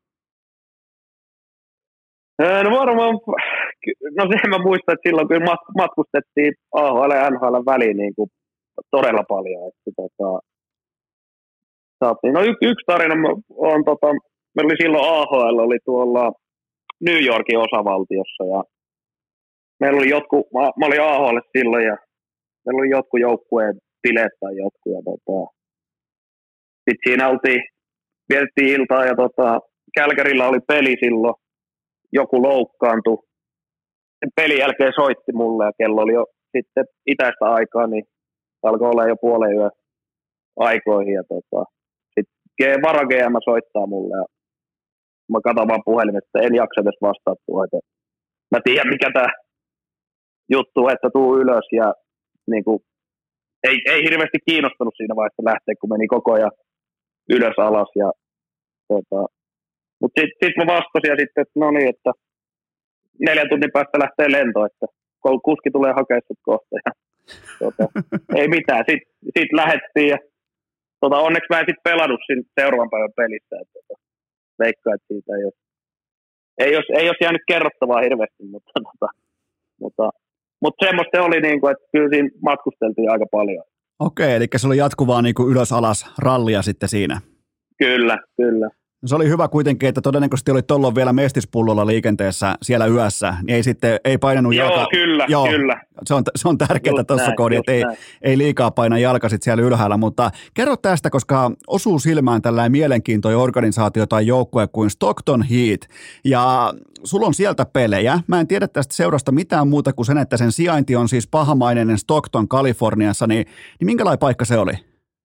No varmaan, no sen mä muistan, että silloin kyllä matkustettiin A H L ja N H L väliin niin kuin todella paljon. Että, tota, saatiin. No y- yksi tarina on, tota, meillä oli silloin A H L, oli tuolla New Yorkin osavaltiossa ja meillä oli jotkut, mä, mä olin A H L silloin ja meillä oli jotkut joukkueen bileet tai jotkut ja tota, sitten siinä oltiin, vietettiin iltaa ja tota, Calgarylla oli peli silloin, joku loukkaantui, pelin jälkeen soitti mulle ja kello oli jo sitten itäistä aikaa, niin alkoi olla jo puolen yö aikoihin ja tota, sitten vara G M soittaa mulle ja mä katson vaan puhelimesta, että en jaksa edes vastaattua. Että mä tiedän, mikä tämä juttu, että tuu ylös ja niin kuin, ei, ei hirveästi kiinnostanut siinä vaiheessa lähteä, kun meni koko ajan ylös alas. Ja, tota, mutta sitten sit mä vastasin ja sitten, että no niin, että neljän tunnin päästä lähtee lento, että kuski tulee hakemaan sut kohta. Ja, tota, ei mitään, sitten sit lähdettiin ja tota, onneksi mä en sitten pelannut siinä seuraavan päivän pelissä. Että, tota, veikkaan, että siitä ei ole, ei olisi, ei olisi jäänyt kerrottavaa hirveästi, mutta, tota, mutta, mutta semmoista se oli, niin kuin, että kyllä siinä matkusteltiin aika paljon. Okei, eli se oli jatkuvaa niin kuin ylös-alas rallia sitten siinä. Kyllä, kyllä. No se oli hyvä kuitenkin, että todennäköisesti oli tuolloin vielä mestispullolla liikenteessä siellä yössä, niin ei sitten ei painanut Joo, jalka. kyllä, Joo, kyllä. Se on, se on tärkeää tuossa kohdassa, että ei, ei liikaa paina jalka sit siellä ylhäällä, mutta kerro tästä, koska osuu silmään tällainen mielenkiintoinen organisaatio tai joukkue kuin Stockton Heat, ja sulla on sieltä pelejä. Mä en tiedä tästä seurasta mitään muuta kuin sen, että sen sijainti on siis pahamainen Stockton, Kaliforniassa, niin, niin minkälainen paikka se oli?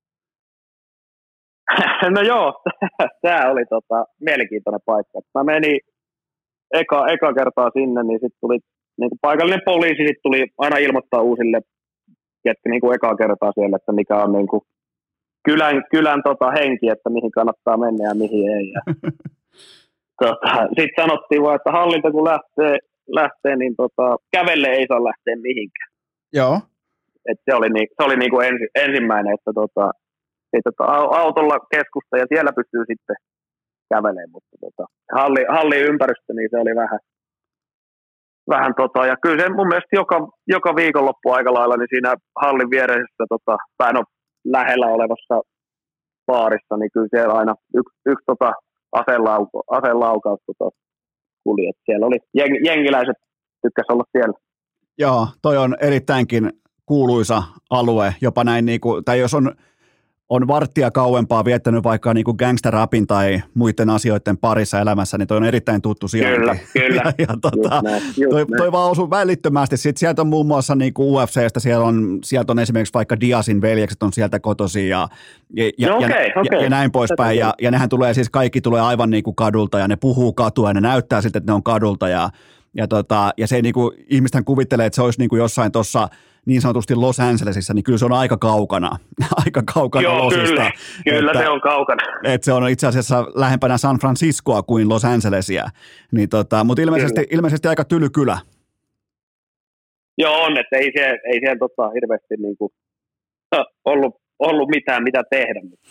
No joo, tämä oli tota, mielenkiintoinen paikka. Mä menin eka, eka kertaa sinne, niin sitten tuli niin kuin paikallinen poliisi, sit tuli aina ilmoittaa uusille, ketkä niin kuin eka kertaa siellä, että mikä on niin kuin kylän, kylän tota, henki, että mihin kannattaa mennä ja mihin ei. tota, sitten sanottiin vaan, että hallinta kun lähtee, lähtee niin tota, kävelle ei saa lähteä mihinkään. Joo. Et se oli, niin, se oli niin kuin ensi, ensimmäinen, että tota, Tota, autolla keskusta ja siellä pystyy sitten kävelemään, mutta tota, halli, hallin ympäristö, niin se oli vähän, vähän tota, ja kyllä se mun mielestä joka, joka viikonloppu aika lailla, niin siinä hallin viereisessä, tota, tai no lähellä olevassa baarissa, niin kyllä siellä aina yksi, yksi tota, aselauka, aselaukaus tota, kuli, että siellä oli jeng, jengiläiset tykkäs olla siellä. Joo, toi on erittäinkin kuuluisa alue, jopa näin niinku, tai jos on on varttia kauempaa viettänyt vaikka niin kuin gangsterrapin tai muiden asioiden parissa elämässä, niin toi on erittäin tuttu sijainti. Kyllä, kyllä. ja, ja tota, näin, toi, toi vaan osui välittömästi. Sitten sieltä on muun muassa niin kuin U F C:stä, siellä on, sieltä on esimerkiksi vaikka Diazin veljekset on sieltä kotoisin ja, ja, ja, no okay, ja, okay. ja näin poispäin. Ja, ja nehän tulee siis, kaikki tulee aivan niin kuin kadulta ja ne puhuu katua ja ne näyttää siltä, että ne on kadulta ja Ja, tota, ja se niin kuin, ihmistähän kuvittelee, että se olisi niin kuin jossain tuossa niin sanotusti Los Angelesissa, niin kyllä se on aika kaukana, aika kaukana Joo, Losista. Kyllä, kyllä että, se on kaukana. Että se on itse asiassa lähempänä San Franciscoa kuin Los Angelesia, niin tota, mutta ilmeisesti, ilmeisesti aika tyly kylä. Joo, on, että ei siellä, ei siellä tota, hirveästi niin kuin, ollut, ollut mitään, mitä tehdä. Mutta,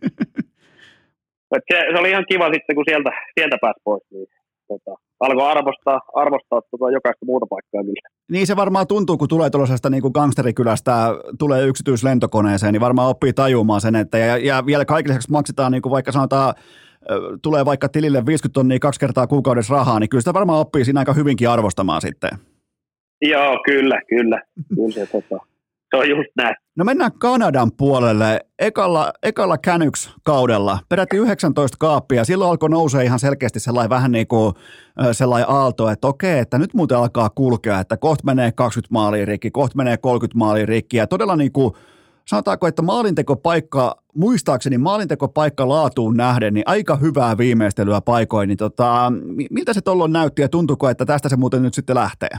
se, se oli ihan kiva sitten, kun sieltä, sieltä pääsi pois, niin tota, alkoi arvostaa, arvostaa tota jokaista muuta paikkaa kyllä. Niin se varmaan tuntuu, kun tulee tuollaisesta niin kuin gangsterikylästä, tulee yksityislentokoneeseen, niin varmaan oppii tajumaan sen, että ja, ja vielä kaikille lisäksi maksetaan, niin kuin vaikka sanotaan, tulee vaikka tilille viisikymmentä tonnia kaksi kertaa kuukaudessa rahaa, niin kyllä sitä varmaan oppii siinä aika hyvinkin arvostamaan sitten. Joo, kyllä, kyllä. kyllä se, tota, se on just näin. No mennään Kanadan puolelle. Ekalla, ekalla Canucks-kaudella peräti yhdeksäntoista kaappia. Silloin alkoi nousee ihan selkeästi sellainen vähän niin kuin sellainen aalto, että okei, että nyt muuten alkaa kulkea, että kohta menee kaksikymmentä maalia rikki, kohta menee kolmekymmentä maalia rikki. Ja todella niin kuin, sanotaanko, että maalintekopaikka, muistaakseni maalintekopaikka laatuun nähden, niin aika hyvää viimeistelyä paikoin. Niin tota, miltä se tuolloin näytti ja tuntuuko, että tästä se muuten nyt sitten lähtee?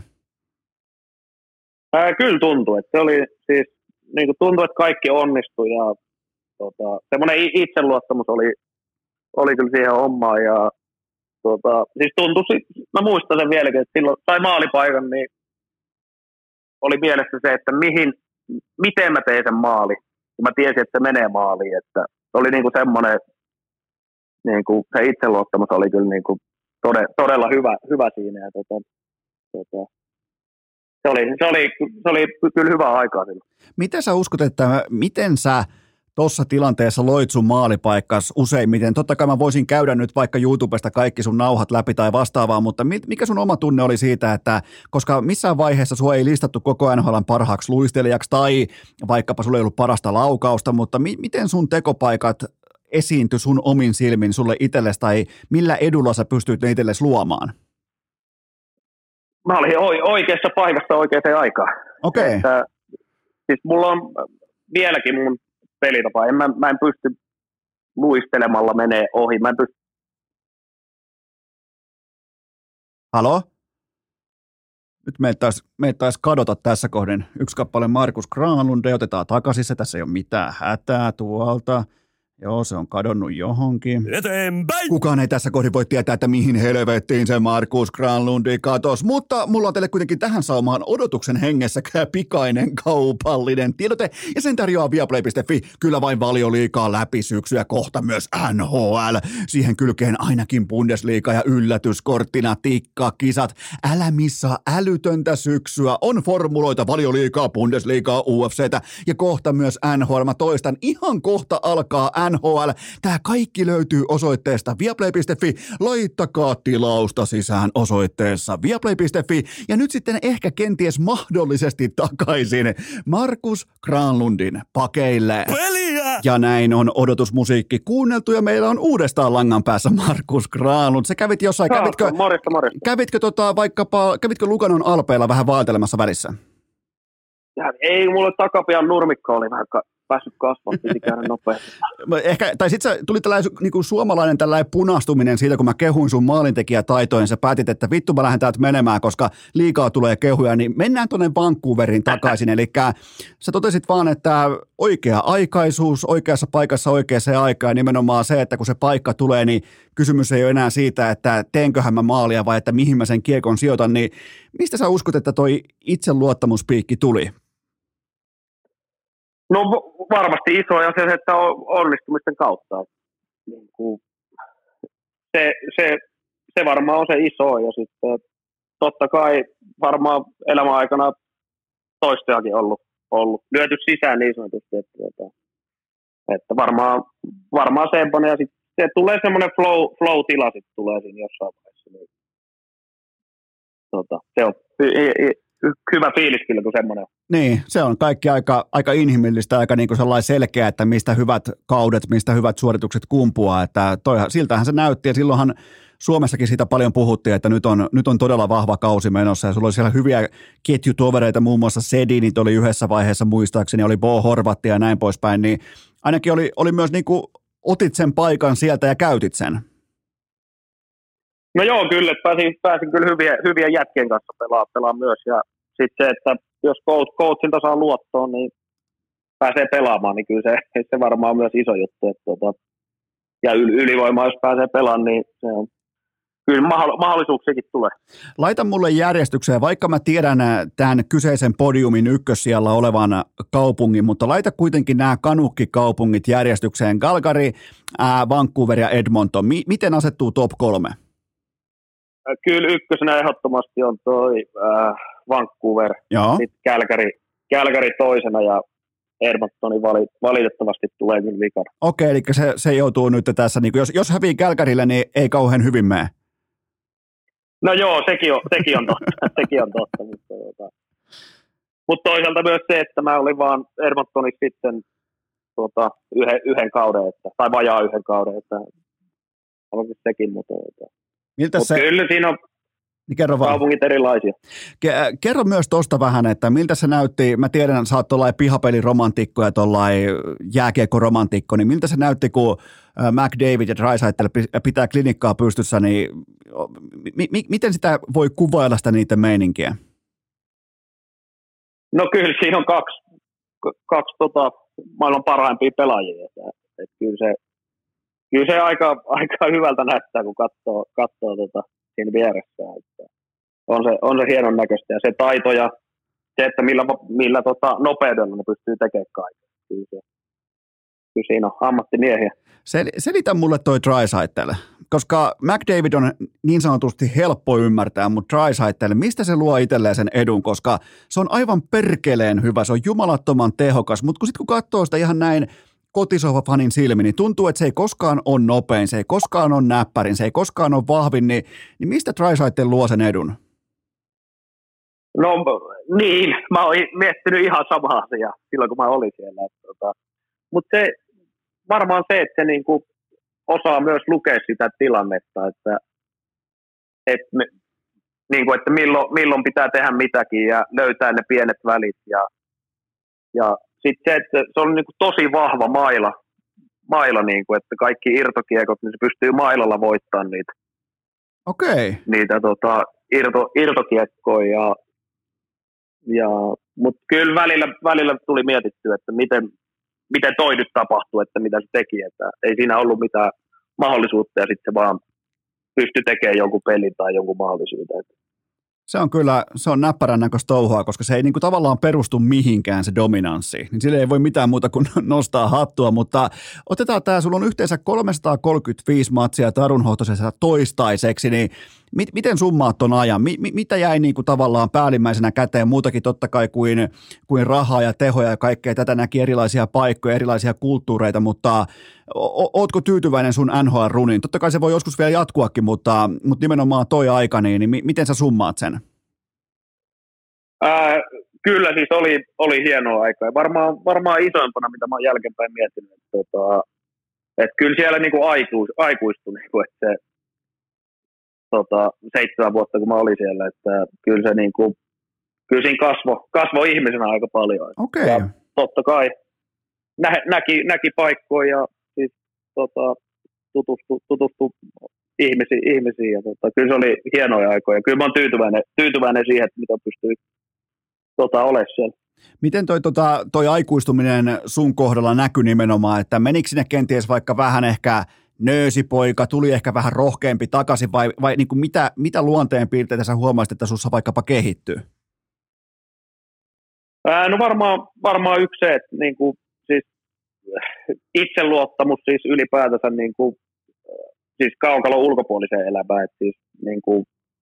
Ää, kyllä tuntuu, että se oli siis, niin kuin tuntui, että kaikki onnistui ja tota, semmoinen itseluottamus oli, oli kyllä siihen hommaan ja tota, siis tuntui, mä muistan sen vieläkin, että silloin sai maalipaikan, niin oli mielessä se, että mihin, miten mä tein sen maali. Ja mä tiesin, että se menee maaliin, että oli niin kuin semmoinen, niin kuin se itseluottamus oli kyllä niin kuin todella, todella hyvä, hyvä siinä ja tota, tota, Se oli, se, oli, se oli kyllä hyvä aikaa silloin. Miten sä uskot, että miten sä tuossa tilanteessa loit sun maalipaikkas useimmiten? Totta kai mä voisin käydä nyt vaikka YouTubesta kaikki sun nauhat läpi tai vastaavaa, mutta mikä sun oma tunne oli siitä, että koska missään vaiheessa sua ei listattu koko N H L:n parhaaksi luistelijaksi tai vaikkapa sulla ei ollut parasta laukausta, mutta mi- miten sun tekopaikat esiintyi sun omin silmin sulle itsellesi tai millä edulla sä pystyit ne itsellesi luomaan? Mä olin oikeassa paikassa oikeaan aikaan. Okei. Okay. Siis mulla on vieläkin mun pelitapa. En, mä, mä en pysty luistelemalla menee ohi. Mä en pysty... Halo? Nyt meitä taisi, meitä taisi kadota tässä kohden yksi kappale Markus Granlund, otetaan takaisin se, tässä ei ole mitään hätää tuolta. Joo, se on kadonnut johonkin. Eteenpäin! Kukaan ei tässä kohdin voi tietää, että mihin helvettiin se Markus Granlundi katosi, mutta mulla on teille kuitenkin tähän saumaan odotuksen hengessä pikainen kaupallinen tiedote, ja sen tarjoaa Viaplay piste fi, kyllä vain Valioliigaa läpi syksyä, kohta myös N H L. Siihen kylkeen ainakin Bundesliga ja yllätyskorttina tikkakisat. Älä missaa älytöntä syksyä, on formuloita Valioliigaa, Bundesligaa, U F C:tä ja kohta myös N H L. Mä toistan, ihan kohta alkaa N H L. Tää kaikki löytyy osoitteesta viaplay piste fi. Laittakaa tilausta sisään osoitteessa viaplay piste fi. Ja nyt sitten ehkä kenties mahdollisesti takaisin Markus Granlundin pakeille. Peliä! Ja näin on odotusmusiikki kuunneltu ja meillä on uudestaan langan päässä Markus Granlund. Sä kävit jossain, kävitkö, morjesta, morjesta. kävitkö, tota, vaikkapa, kävitkö Luganon Alpeilla vähän vaeltelemassa välissä? Ja, ei, mulle takapian nurmikko oli vähän ka- päässyt kasvamaan, piti käydä nopeasti. Ehkä, tai sitten tuli tällainen niin suomalainen tällainen punastuminen siitä, kun mä kehuin sun maalintekijätaitoja, niin sä päätit, että vittu mä lähden täältä menemään, koska liikaa tulee kehuja, niin mennään tuonne Vancouverin takaisin. Eli sä totesit vaan, että oikea aikaisuus, oikeassa paikassa oikeaan aikaan, nimenomaan se, että kun se paikka tulee, niin kysymys ei ole enää siitä, että teenköhän mä maalia vai että mihin mä sen kiekon sijoitan, niin mistä sä uskot, että toi itseluottamuspiikki tuli? No varmasti iso ja se, että onnistumisten kautta. Niin kuin se, se, se varmaan on se iso ja sitten totta kai varmaan elämän aikana toistajakin ollut, ollut lyöty sisään niin sanotusti. Että, että varmaan, varmaan semmoinen ja sitten se tulee semmoinen flow, flow-tila sitten tulee siinä jossain vaiheessa. Niin, tota, se on hyvä fiilis kyllä, kun semmoinen on. Niin, se on kaikki aika, aika inhimillistä, aika niin kuin sellainen selkeä, että mistä hyvät kaudet, mistä hyvät suoritukset kumpuaa, että toihan, siltähän se näytti ja silloinhan Suomessakin siitä paljon puhuttiin, että nyt on, nyt on todella vahva kausi menossa ja sulla oli siellä hyviä ketjutovereita, muun muassa Sedinit oli yhdessä vaiheessa muistaakseni, oli Bo Horvatti ja näin poispäin, niin ainakin oli, oli myös niin kuin otit sen paikan sieltä ja käytit sen. No joo, kyllä, että pääsin, pääsin kyllä hyviä, hyviä jätkien kanssa pelaa, pelaa myös. Ja sitten se, että jos coach, coachilta saa luottoon, niin pääsee pelaamaan, niin kyllä se, se varmaan on myös iso juttu. Että, tota, ja yl, ylivoimaa, jos pääsee pelaamaan, niin se on, kyllä mahdollisuuksiakin tulee. Laita mulle järjestykseen, vaikka mä tiedän tämän kyseisen podiumin ykkössijalla olevan kaupungin, mutta laita kuitenkin nämä kanukkikaupungit järjestykseen. Calgary, ää, Vancouver ja Edmonton. Mi- miten asettuu top kolme? Kyllä ykkösenä ehdottomasti on toi äh, Vancouver, Joo. Sitten Calgary, Calgary toisena ja Edmontoni vali, valitettavasti tulee kyllä vikana. Okei, eli se, se joutuu nyt tässä, niin jos, jos hävii Calgarylle, niin ei kauhean hyvin mene. No joo, sekin on, sekin on totta, sekin on totta mutta, tuota, mutta toisaalta myös se, että mä olin vaan Edmontonissa sitten tuota, yhden, yhden kauden, että, tai vajaa yhden kauden, että onkin sekin, mutta... Miltä Mutta se... kyllä siinä on niin kerro vaan. kaupungit erilaisia. Kerro myös tuosta vähän, että miltä se näytti, mä tiedän, että sä oot tuollain pihapeliromantikko ja tuollain jääkiekkoromantikko, niin miltä se näytti, kun McDavid ja Draisaitl pitää klinikkaa pystyssä, niin mi- mi- miten sitä voi kuvailla sitä niiden meininkiä? No kyllä siinä on kaksi, kaksi tota, maailman parhaimpia pelaajia. Että, että kyllä se, kyllä se aika, aika hyvältä näyttää, kun katsoo, katsoo tota, siinä vieressä. Että on, se, on se hienon näköistä ja se taito ja se, että millä, millä tota, nopeudella ne pystyy tekemään kaiken. Kyllä, se, kyllä siinä on ammattimiehiä. Sel, selitä mulle toi Draisaitl, koska McDavid on niin sanotusti helppo ymmärtää, mutta Draisaitl, mistä se luo itselleen sen edun, koska se on aivan perkeleen hyvä, se on jumalattoman tehokas, mutta kun sitten kun katsoo sitä ihan näin kotisohvafanin silmi, niin tuntuu, että se ei koskaan ole nopein, se ei koskaan ole näppärin, se ei koskaan ole vahvin, niin, niin mistä Draisaitl luo sen edun? No niin, mä oon miettinyt ihan samaa asiaa silloin, kun mä olin siellä. Tota, mutta se varmaan se, että se niinku osaa myös lukea sitä tilannetta, että, et me, niinku, että milloin, milloin pitää tehdä mitäkin ja löytää ne pienet välit. Ja, ja sitten se, että se on niinku tosi vahva maila, maila niinku, että kaikki irtokiekot, niin se pystyy mailalla voittamaan niitä, Okei. niitä tota, irto, irtokiekkoja. Ja ja, mutta kyllä välillä, välillä tuli mietittyä, että miten, miten toi nyt tapahtui, että mitä se teki. Että ei siinä ollut mitään mahdollisuutta ja sitten se vaan pystyi tekemään jonkun pelin tai jonkun mahdollisuuden. Se on kyllä, se on näppärän näköistä touhua, koska se ei niinku tavallaan perustu mihinkään se dominanssi. Niin sille ei voi mitään muuta kuin nostaa hattua, mutta otetaan tämä, sulla on yhteensä kolmesataakolmekymmentäviisi matsia Tarunhohtosessa toistaiseksi, niin mit, miten summaat ton ajan? Mi, mi, mitä jäi niinku tavallaan päällimmäisenä käteen, muutakin totta kai kuin, kuin rahaa ja tehoja ja kaikkea, tätä näki erilaisia paikkoja, erilaisia kulttuureita, mutta o, ootko tyytyväinen sun N H L-runiin? Totta kai se voi joskus vielä jatkuakin, mutta, mutta nimenomaan toi aika, niin, niin miten sä summaat sen? Ää, kyllä siis oli, oli hienoa aikaa. Varmaan, varmaan isoimpana, mitä mä oon jälkeenpäin miettinyt. Että, tota, että kyllä siellä niinku aikuis, aikuistui, niinku, että se tota, seitsemän vuotta, kun mä olin siellä. Että kyllä, se, niinku, kyllä siinä kasvoi kasvo ihmisenä aika paljon. Okay. Ja totta kai nä, näki, näki paikkoja ja siis, tota, tutustui, tutustui ihmisiin. ihmisiin ja, tota, kyllä se oli hienoja aikoja. Kyllä mä oon tyytyväinen, tyytyväinen siihen, että mitä pystyy Tota, ole siellä. Miten toi, tota, toi aikuistuminen sun kohdalla näkyi nimenomaan, että menikö sinne kenties vaikka vähän ehkä nöösipoika, tuli ehkä vähän rohkeampi takaisin vai, vai niin kuin mitä, mitä luonteenpiirteitä sä huomasit, että sussa vaikkapa kehittyy? Ää, no varmaan, varmaan yksi se, että niin kuin, siis, itseluottamus siis ylipäätänsä niin kuin, siis kaukalon ulkopuoliseen elämään, että siis niin kuin,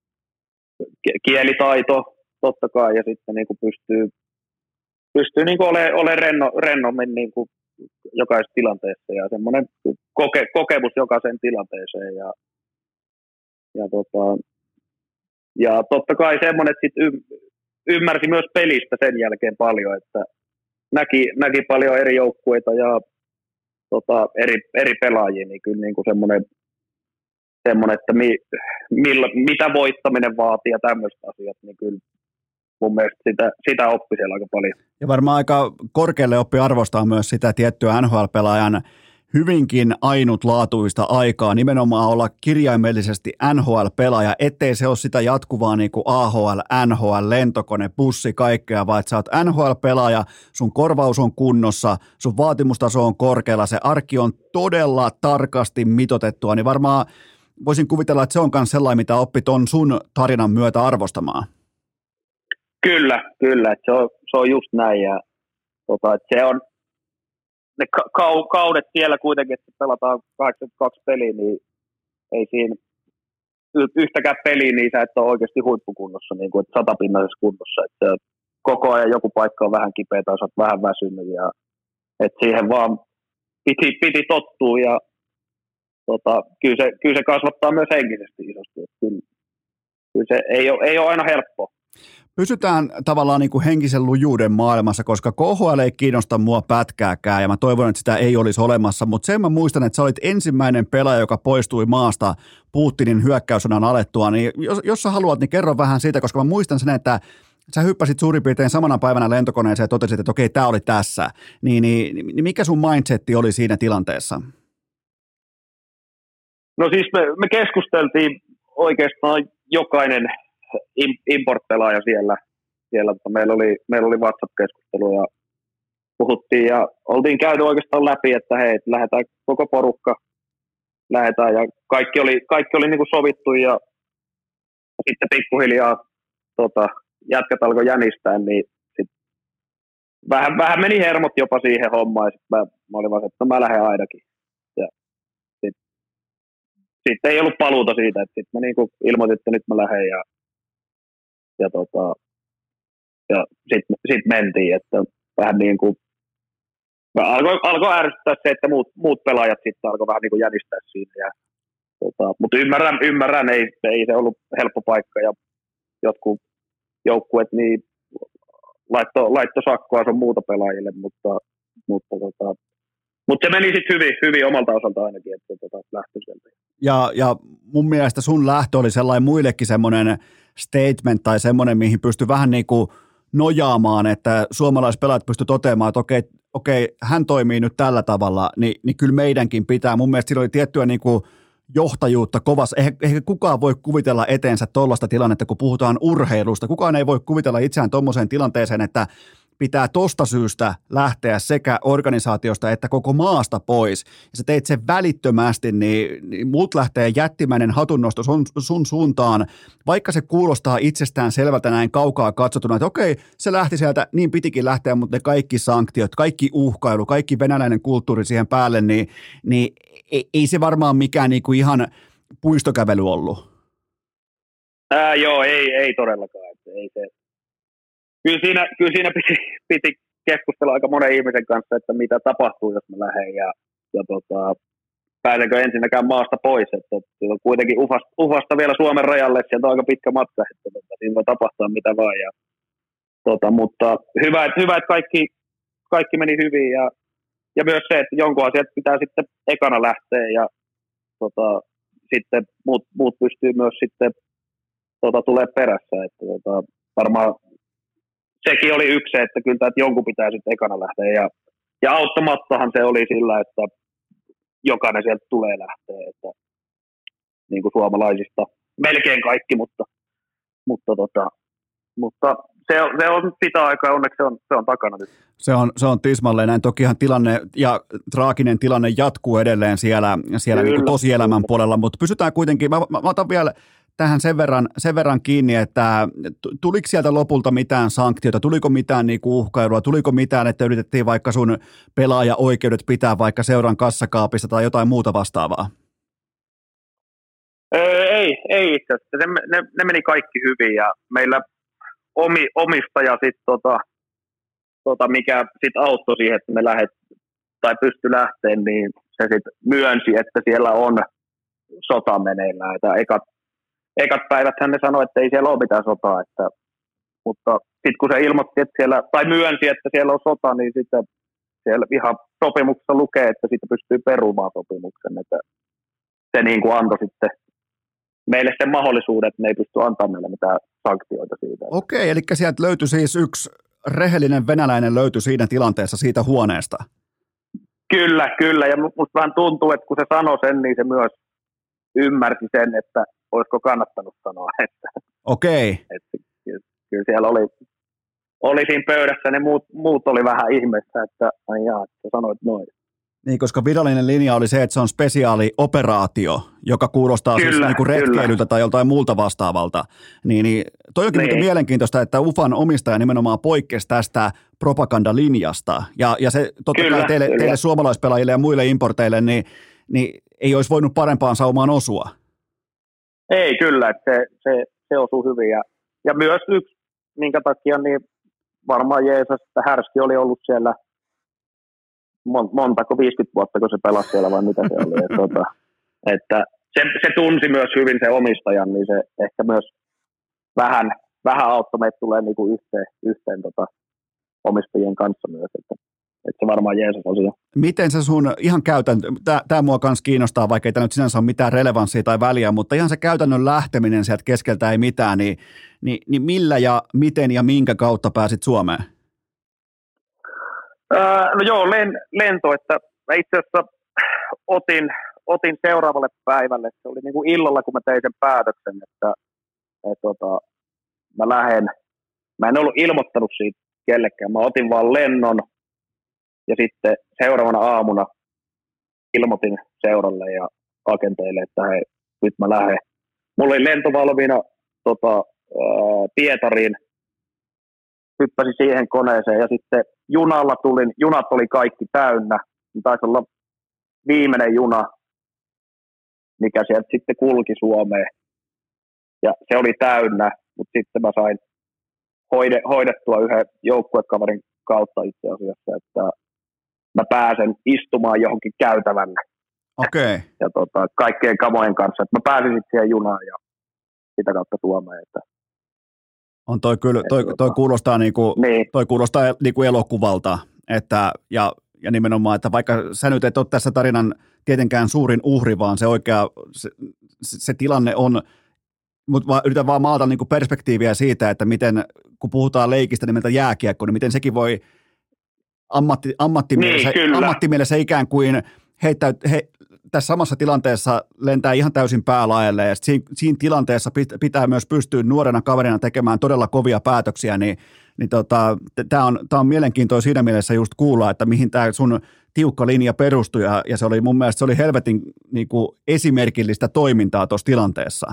kielitaito totta kai, ja sitten niin kuin pystyy, pystyy niin kuin olemaan ole renno, rennommin niin kuin jokaisessa tilanteessa, ja semmoinen koke, kokemus jokaisen tilanteeseen, ja, ja, tota, ja totta kai semmoinen, että sit y, ymmärsi myös pelistä sen jälkeen paljon, että näki, näki paljon eri joukkueita ja tota, eri, eri pelaajia, niin kyllä niin kuin semmoinen, semmoinen, että mi, millä, mitä voittaminen vaatii ja tämmöiset asiat, niin kyllä mun mielestä sitä, sitä oppi siellä aika paljon. Ja varmaan aika korkealle oppi arvostaa myös sitä tiettyä N H L-pelaajan hyvinkin ainutlaatuista aikaa, nimenomaan olla kirjaimellisesti N H L-pelaaja, ettei se ole sitä jatkuvaa niin kuin A H L, N H L, lentokone, bussi, kaikkea, vaan että sä oot N H L-pelaaja, sun korvaus on kunnossa, sun vaatimustaso on korkealla, se arki on todella tarkasti mitoitettua, niin varmaan voisin kuvitella, että se on myös sellainen, mitä oppit on sun tarinan myötä arvostamaan. Kyllä, kyllä, että se on, se on just näin, ja tota, että se on ne ka- kaudet siellä kuitenkin, että pelataan kahdeksankymmentäkaksi peliä, niin ei siinä yhtäkään peliä, niin sä et ole oikeasti huippukunnossa, niin kuin, että satapinnaisessa kunnossa, että koko ajan joku paikka on vähän kipeä tai sä oot vähän väsynyt, ja että siihen vaan piti, piti tottua, ja tota, kyllä, se, kyllä se kasvattaa myös henkisesti isosti, että kyllä, kyllä se ei ole, ei ole aina helppoa. Pysytään tavallaan niin kuin henkisen lujuuden maailmassa, koska K H L ei kiinnosta mua pätkääkään ja mä toivon, että sitä ei olisi olemassa, mutta sen mä muistan, että sä olit ensimmäinen pelaaja, joka poistui maasta Putinin hyökkäyssodan alettua, niin jos, jos sä haluat, niin kerro vähän siitä, koska mä muistan sen, että sä hyppäsit suurin piirtein samana päivänä lentokoneeseen ja totesit, että okei, tää oli tässä, niin, niin, niin mikä sun mindsetti oli siinä tilanteessa? No siis me, me keskusteltiin oikeastaan jokainen import-pelaaja siellä. siellä mutta meillä oli, meillä oli WhatsApp-keskustelu ja puhuttiin ja oltiin käynyt oikeastaan läpi, että hei, lähdetään koko porukka, lähdetään ja kaikki oli, kaikki oli niin kuin sovittu ja sitten pikkuhiljaa tota, jätkät alkoi jänistää, niin sit vähän, vähän meni hermot jopa siihen hommaan ja sitten mä, mä olin vaan, että no mä lähden ainakin. Ja sitten sit ei ollut paluuta siitä, että sitten mä niin kuin ilmoitin, että nyt mä lähden ja Ja, tota, ja sitten sit mentiin, että vähän niin kuin alkoi, alkoi ärsyttää se, että muut, muut pelaajat sitten alkoi vähän niin kuin jänistää siinä. Ja, tota, mutta ymmärrän, ymmärrän ei, ei se ollut helppo paikka ja jotkut joukkueet niin laittoi laitto sakkoa sun muuta pelaajille, mutta, mutta, tota, mutta se meni sitten hyvin, hyvin omalta osalta ainakin, että tota, lähtö sieltä. Ja, ja mun mielestä sun lähtö oli sellainen muillekin semmoinen statement tai semmoinen, mihin pystyi vähän niin kuin nojaamaan, että suomalaispelaajat pystyi toteamaan, että okei, okei, hän toimii nyt tällä tavalla, niin, niin kyllä meidänkin pitää. Mun mielestä sillä oli tiettyä niin kuin johtajuutta kovassa. Eihän, eihän kukaan voi kuvitella eteensä tuollaista tilannetta, kun puhutaan urheilusta. Kukaan ei voi kuvitella itseään tuommoiseen tilanteeseen, että pitää tosta syystä lähteä sekä organisaatiosta että koko maasta pois. Ja sä teit sen välittömästi, niin, niin mut lähtee jättimäinen hatunnosto sun, sun suuntaan, vaikka se kuulostaa itsestään selvältä näin kaukaa katsotuna, että okei, se lähti sieltä, niin pitikin lähteä, mutta ne kaikki sanktiot, kaikki uhkailu, kaikki venäläinen kulttuuri siihen päälle, niin, niin ei, ei se varmaan mikään niinku ihan puistokävely ollut. Ää, joo, ei, ei todellakaan. Ei se. Kyllä siinä, kyllä siinä piti, piti keskustella aika monen ihmisen kanssa, että mitä tapahtuu, jos mä lähden ja, ja tota, pääsenkö ensinnäkään maasta pois. Että, että on kuitenkin ufasta, ufasta vielä Suomen rajalle, sieltä on aika pitkä matka, että tota, siinä voi tapahtua mitä vaan. Ja, tota, mutta hyvä, että, hyvä, että kaikki, kaikki meni hyvin ja, ja myös se, että jonkun asiat pitää sitten ekana lähteä ja tota, sitten muut, muut pystyy myös sitten tota, tulee perässä. Että, tota, varmaan sekin oli yksi, että kyllä että jonkun pitää sitten ekana lähteä. Ja, ja auttamattahan se oli sillä, että jokainen sieltä tulee lähteä. Että, niin kuin suomalaisista. Melkein kaikki, mutta, mutta, tota, mutta se, on, se on sitä aikaa, onneksi se on, se on takana nyt. Se on, se on tismalleen näin. Tokihan tilanne ja traaginen tilanne jatkuu edelleen siellä, siellä niin kuin tosielämän puolella, mutta pysytään kuitenkin, mä, mä, mä otan vielä tähän sen verran, sen verran kiinni, että tuliko sieltä lopulta mitään sanktiota, tuliko mitään niinku uhkailua, tuliko mitään, että yritettiin vaikka sun pelaaja-oikeudet pitää vaikka seuran kassakaapissa tai jotain muuta vastaavaa? Öö, ei, ei itse asiassa. Ne, ne, ne meni kaikki hyvin ja meillä omi, omistaja sit tota, tota, mikä sit auttoi siihen, että me lähet, tai pystyi lähteen, niin se sitten myönsi, että siellä on sota meneillään. Että ekat, ekat päiväthän ne sanoi, että ei siellä ole mitään sotaa. Että, mutta sitten kun se ilmoitti, että siellä, tai myönsi, että siellä on sota, niin sitten siellä ihan sopimuksessa lukee, että siitä pystyy perumaan sopimuksen. Että se niin kuin antoi sitten meille sen mahdollisuuden, että ne ei pysty antamaan meille mitään sanktioita siitä. Okei, eli sieltä löytyi siis yksi rehellinen venäläinen löytyi siinä tilanteessa siitä huoneesta. Kyllä, kyllä. Ja musta vähän tuntuu, että kun se sanoi sen, niin se myös ymmärsi sen, että olisiko kannattanut sanoa. Että, Okei. Että, kyllä, kyllä siellä oli, oli siinä pöydässä, ne muut, muut oli vähän ihmeessä, että ai jaa, että sanoit noin. Niin, koska virallinen linja oli se, että se on spesiaalioperaatio, joka kuulostaa kyllä, siis niin kuin retkeilyltä kyllä. tai joltain muulta vastaavalta. Niin, niin toi onkin niin. mielenkiintoista, että U F A:n omistaja nimenomaan poikkesi tästä propagandalinjasta. Ja, ja se totta kyllä, kai teille, teille suomalaispelaajille ja muille importeille, niin, niin ei olisi voinut parempaan saumaan osua. Ei kyllä, että se, se, se osui hyvin. Ja, ja myös yksi, minkä takia niin varmaan Jeesus, että Härski oli ollut siellä montako, viisikymmentä vuotta, kun se pelasi siellä, vai mitä se oli. Et, tota, että se, se tunsi myös hyvin se omistajan, niin se ehkä myös vähän, vähän auttoi meitä tulee niinku yhteen, yhteen tota, omistajien kanssa myös, että, että se varmaan Jeesus asia. Miten se sun ihan käytäntö, tämä mua kans kiinnostaa, vaikka ei tämä nyt sinänsä ole mitään relevanssia tai väliä, mutta ihan se käytännön lähteminen sieltä keskeltä ei mitään, niin, niin, niin millä ja miten ja minkä kautta pääsit Suomeen? No joo, lento, että mä itse asiassa otin, otin seuraavalle päivälle, se oli niin kuin illalla, kun mä tein sen päätöksen, että, että tota, mä lähden, mä en ollut ilmoittanut siitä kellekään, mä otin vaan lennon ja sitten seuraavana aamuna ilmoitin seuralle ja agenteille, että hei, nyt mä lähden. Mulla oli lento valmiina tota, ää, Pietariin, hyppäsin siihen koneeseen ja sitten junalla tulin, junat oli kaikki täynnä, niin taisi olla viimeinen juna, mikä sieltä sitten kulki Suomeen. Ja se oli täynnä, mutta sitten mä sain hoide, hoidettua yhden joukkuekaverin kautta itse asiassa, että mä pääsen istumaan johonkin käytävälle. Okei. Okay. Ja tota, kaikkien kamojen kanssa, että mä pääsin sitten siihen junaan ja sitä kautta Suomeen, että on toi kyllä, toi, toi kuulostaa niinku, niin. toi kuulostaa niinku elokuvalta, että ja, ja nimenomaan, että vaikka sä nyt et ole tässä tarinan tietenkään suurin uhri, vaan se oikea, se, se tilanne on, mutta yritän vaan maalata niinku perspektiiviä siitä, että miten, kun puhutaan leikistä nimeltä jääkiekko, niin miten sekin voi ammatti, ammattimielessä, niin, ammattimielessä ikään kuin heittäyt, he, tässä samassa tilanteessa lentää ihan täysin päälaelle ja siinä, siinä tilanteessa pitää myös pystyä nuorena kaverina tekemään todella kovia päätöksiä, niin, niin tota, tämä on, tää on mielenkiintoista siinä mielessä just kuulla, että mihin tämä sun tiukka linja perustui ja, ja se oli mun mielestä se oli helvetin niin kuin esimerkillistä toimintaa tuossa tilanteessa.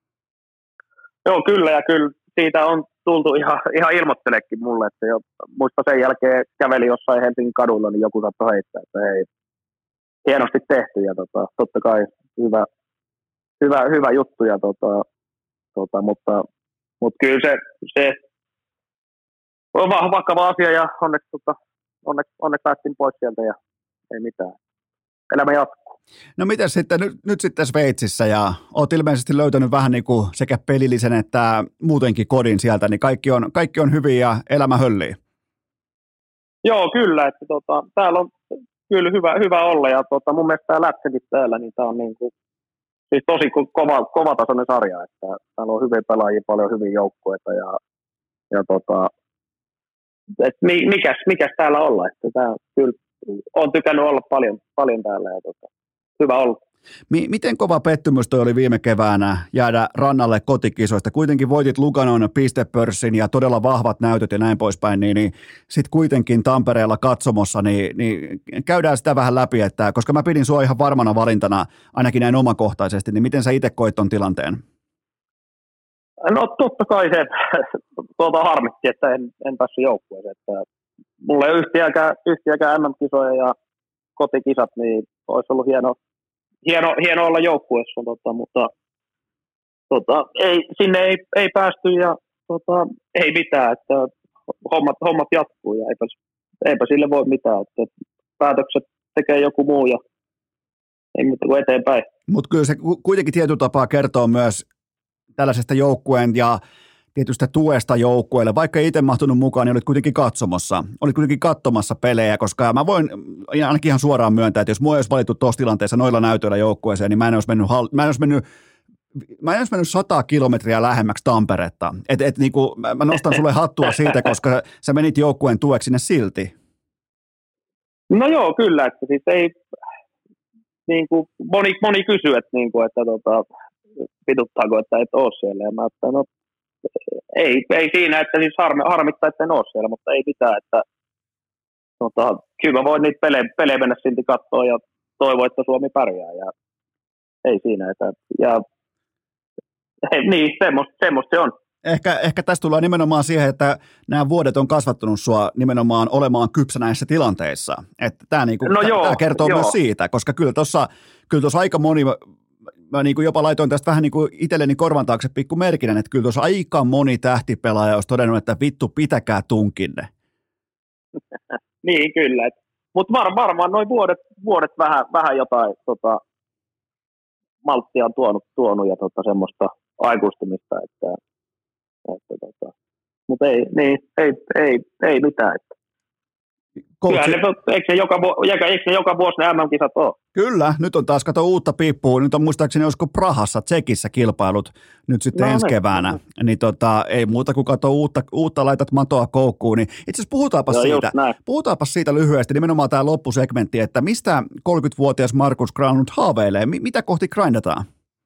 Joo, kyllä ja kyllä siitä on tultu ihan, ihan ilmoittelekin mulle, että jo, muista sen jälkeen käveli jossain Helsingin kadulla, niin joku saattoi heittää, että hei, hienosti tehty ja tota, totta kai hyvä, hyvä, hyvä juttu, ja tota, tota, mutta, mutta kyllä se, se on vakava asia ja onneksi, tota, onneksi, onneksi päästiin pois sieltä ja ei mitään. Elämä jatkuu. No miten sitten, nyt, nyt sitten Sveitsissä ja olet ilmeisesti löytänyt vähän niin kuin sekä pelillisen että muutenkin kodin sieltä, niin kaikki on, kaikki on hyvin ja elämä höllii. Joo, kyllä, että tota, täällä on kyllä hyvä, hyvä olla ja tota, mun mielestä tämä lätsäkin täällä, niin tämä on niin kuin, siis tosi kova, kovatasoinen sarja, että täällä on hyviä pelaajia, paljon hyviä joukkueita ja, ja tota, et mikäs, mikäs täällä olla, että tää kyllä olen tykännyt olla paljon, paljon täällä ja tota, hyvä olla. Miten kova pettymys toi oli viime keväänä jäädä rannalle kotikisoista? Kuitenkin voitit Luganon pistepörssin ja todella vahvat näytöt ja näin poispäin, niin, niin sitten kuitenkin Tampereella katsomossa, niin, niin käydään sitä vähän läpi, että koska mä pidin sua ihan varmana valintana, ainakin näin omakohtaisesti, niin miten sä itse koit ton tilanteen? No totta kai se tuota harmitti, että en, en päässyt joukkueeseen. Että mulla ei ole yhtiäkään, yhtiäkään M M-kisoja ja kotikisat, niin olisi ollut hieno, hieno, hieno olla joukkueessa, tota, mutta tota, ei, sinne ei, ei päästy ja tota, ei mitään, että hommat, hommat jatkuu ja eipä, eipä sille voi mitään, että päätökset tekee joku muu ja ei mitään kuin eteenpäin. Mutta kyllä se kuitenkin tietyllä tapaa kertoo myös tällaisesta joukkueen ja tietystä tuesta joukkueelle, vaikka ei itse mahtunut mukaan, niin olit kuitenkin katsomossa, olit kuitenkin katsomassa pelejä, koska mä voin ainakin ihan suoraan myöntää, että jos mua olisi valittu tuossa tilanteessa noilla näytöillä joukkueeseen, niin mä en olisi mennyt, mä en olisi mennyt Mä en olisi mennyt sata kilometriä lähemmäksi Tamperetta. Et, et niinku, mä nostan sulle hattua siitä, koska sä menit joukkueen tueksi sinne silti. No joo, kyllä. Että siis ei, niin kuin, moni, moni kysyy, että, niin kuin, että tota, pituttaako, että et ole siellä. Ja mä että, no, ei, ei siinä, että siis harmi, harmittaa, että en ole siellä, mutta ei mitään. Että, tota, kyllä mä voin niitä pelejä, pelejä mennä silti katsoa ja toivoa, että Suomi pärjää. Ja ei siinä. Että, ja, ei, niin, semmoista, semmoista se on. Ehkä, ehkä tästä tullaan nimenomaan siihen, että nämä vuodet on kasvattanut sua nimenomaan olemaan kypsä näissä tilanteissa. Että tämä, niinku, no joo, tämä kertoo joo. myös siitä, koska kyllä tuossa kyllä tuossa aika moni, mä niinku jopa laitoin tästä vähän niin kuin itselleni korvan taakse pikku merkinän, että kyllä tuossa aika moni tähtipelaaja olisi todennut, että vittu pitäkää tunkinne. Niin kyllä, mutta var, varmaan noin vuodet, vuodet vähän, vähän jotain tota, malttia on tuonut, tuonut ja tota, semmoista aikuistumista, että Että, tota, mutta ei, niin, ei, ei, ei mitään. Että. Kyllä, ne, eikö, ne joka, eikö ne joka vuosi ne M M-kisat ole? Kyllä, nyt on taas kato uutta piippua. Nyt on muistaakseni, olisiko Prahassa, Tsekissä kilpailut nyt sitten no, ensi keväänä. No. Niin tota, ei muuta kuin kato uutta, uutta laitat matoa koukkuun. Niin itse asiassa puhutaanpa no, siitä, puhutaanpa siitä lyhyesti, nimenomaan tämä loppusegmentti, että mistä kolmekymmentävuotias Markus Grahn nyt haaveilee? Mitä kohti grindataan?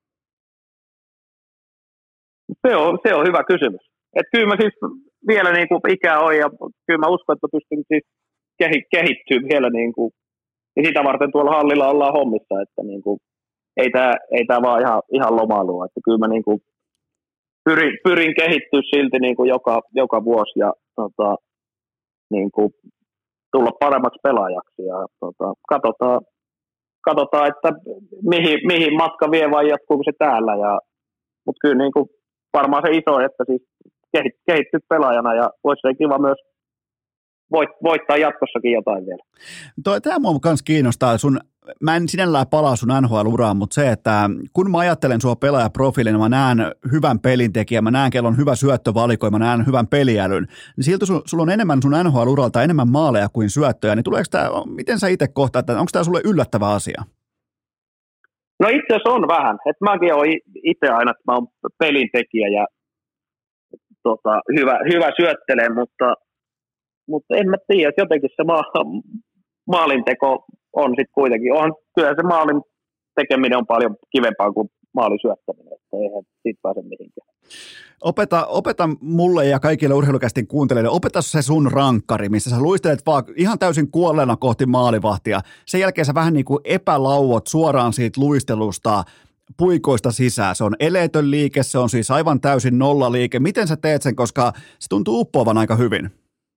Se on, se on hyvä kysymys. Et kyllä mä siis vielä niin kuin ikää on ja kyllä mä uskon, että pystyn siis kehittyä vielä niin kuin, ja sitä varten tuolla hallilla ollaan hommissa, että niin kuin, ei tämä ei tää vaan ihan, ihan lomailua. Että kyllä mä niin kuin pyrin, pyrin kehittyä silti niin kuin joka, joka vuosi ja tota, niin kuin, tulla paremmaksi pelaajaksi ja tota, katsotaan, katsotaan, että mihin, mihin matka vie vai jatkuuko se täällä. Ja, mutta kyllä niin kuin, varmaan se iso, että siis kehittyy pelaajana ja voisi se kiva myös voit, voittaa jatkossakin jotain vielä. Tämä mua myös kiinnostaa. Sun, mä en sinällään palaa sun N H L-uraan, mutta se, että kun mä ajattelen sua pelaajaprofiilina, mä näen hyvän pelintekijän, mä näen, kello on hyvä syöttövalikoima, mä näen hyvän peliälyn, niin siltä su, sulla on enemmän sun N H L-uralta enemmän maaleja kuin syöttöjä, niin tuleeko tää, miten sä itse kohtaat, että onko tämä sulle yllättävä asia? No itse asiassa on vähän. Että mäkin olen itse aina, että mä oon pelintekijä ja tota, hyvä, hyvä syöttelee, mutta, mutta en mä tiedä, että jotenkin se ma- maalinteko on sitten kuitenkin. On kyllä se maalinteko tekeminen on paljon kivempaa kuin maalin syöttäminen, että eihän siitä pääse mihinkään. Opeta, opeta mulle ja kaikille urheilukästin kuuntelijoille, opeta se sun rankkari, missä sä luistelet vaan ihan täysin kuolleena kohti maalivahtia. Sen jälkeen sä vähän niin kuin epälauot suoraan siitä luistelusta puikoista sisään. Se on eleetön liike, se on siis aivan täysin nollaliike. Miten sä teet sen, koska se tuntuu uppoavan aika hyvin?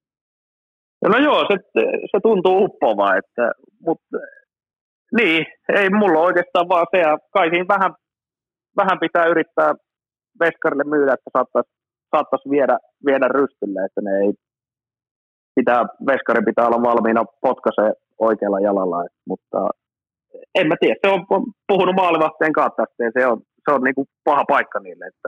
No joo, se, se tuntuu uppoavaa, että, mutta niin, ei mulla oikeastaan vaan se, ja kai siinä vähän, vähän pitää yrittää veskarille myydä, että saattaisi, saattaisi viedä, viedä rystylle, että ne ei, pitää, veskari pitää olla valmiina potkaisee oikealla jalalla, et, mutta en mä tiedä, se on, on puhunut maalivahtien kanssa tästä, ja se on, se on niin kuin paha paikka niille, että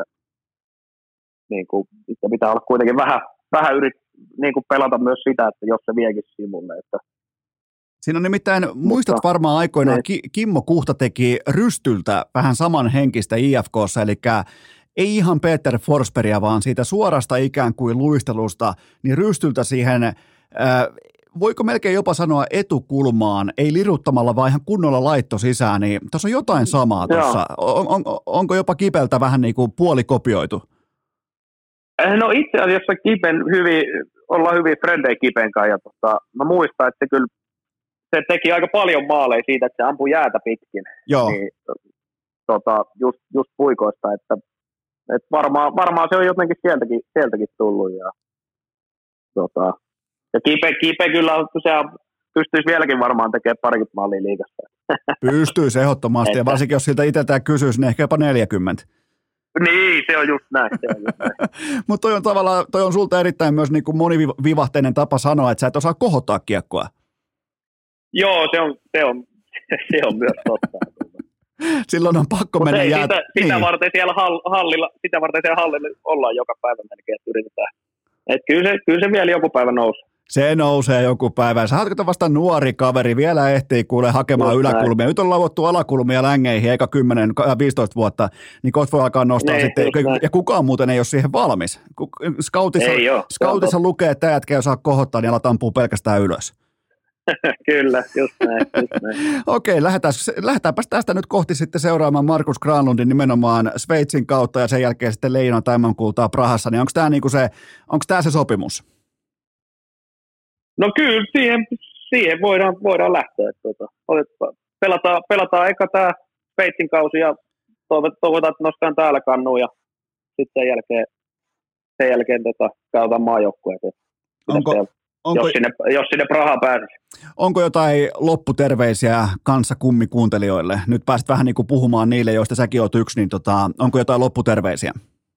niin kuin, pitää olla kuitenkin vähän, vähän yrit, niin kuin pelata myös sitä, että jos se viekin sivulle, että Siinä on nimittäin, muistat varmaan aikoinaan, Ki- Kimmo Kuhta teki Rystyltä vähän samanhenkistä I F K:ssa, eli ei ihan Peter Forsbergia, vaan siitä suorasta ikään kuin luistelusta, niin Rystyltä siihen, äh, voiko melkein jopa sanoa etukulmaan, ei liruttamalla, vaan ihan kunnolla laitto sisään, niin tuossa on jotain samaa tuossa. On, on, onko jopa Kipeltä vähän niin kuin puolikopioitu? No itse asiassa Kipen hyvin, ollaan hyvin frendejä Kipen kanssa, ja tota, mä muistan, että se kyllä se teki aika paljon maaleja siitä, että se ampui jäätä pitkin. Joo. Niin, tota, just, just puikoista, että, että varmaan, varmaan se on jotenkin sieltäkin, sieltäkin tullut. Ja, tota, ja Kipe, Kipe kyllä se pystyisi vieläkin varmaan tekemään parikymmentä maalia liigassa. Pystyisi ehdottomasti, ja varsinkin jos siltä itseltään kysyisi, niin ehkä jopa neljäkymmentä. Niin, se on just näin. näin. Mutta toi on tavallaan, toi on sulta erittäin myös niin kuin monivivahteinen tapa sanoa, että sä et osaa kohottaa kiekkoa. Joo, se on, se on, se on myös totta. Silloin on pakko mennä ei, jää... sitä, niin. sitä, varten siellä hallilla, sitä varten siellä hallilla ollaan joka päivä melkein, että yritetään. Et kyllä, se, kyllä se vielä joku päivä nousee. Se nousee joku päivä. Sä ootko vasta nuori kaveri, vielä ehtii kuule hakemaan just yläkulmia. Näin. Nyt on lavottu alakulmia längeihin eikä kymmenen viisitoista vuotta, niin kohta voi alkaa nostaa niin, sitten. Ja kukaan muuten ei ole siihen valmis. Scoutissa, ei ole, Scoutissa lukee, että jätkä ei osaa kohottaa, niin alat ampuu pelkästään ylös. Kyllä, just näin. Just näin. Okei, lähdetään, lähdetäänpä tästä nyt kohti sitten seuraamaan Markus Granlundin nimenomaan Sveitsin kautta ja sen jälkeen sitten Leijonan Taimankultaa Prahassa. Niin onko tämä niinku se, onko tämä se sopimus? No kyllä, siihen, siihen voidaan, voidaan lähteä. Tuota, pelataan, pelataan eka tämä Sveitsin kausi ja toivotaan, että nostaan täällä kannuun ja sitten sen jälkeen, sen jälkeen tota, käytetään maajoukkueet. Onko... Onko, jos, sinne, jos sinne Prahaan pääsisi. Onko jotain lopputerveisiä kanssa kummikuuntelijoille? Nyt pääsit vähän niin kuin puhumaan niille, joista säkin oot yksi, niin tota, onko jotain lopputerveisiä?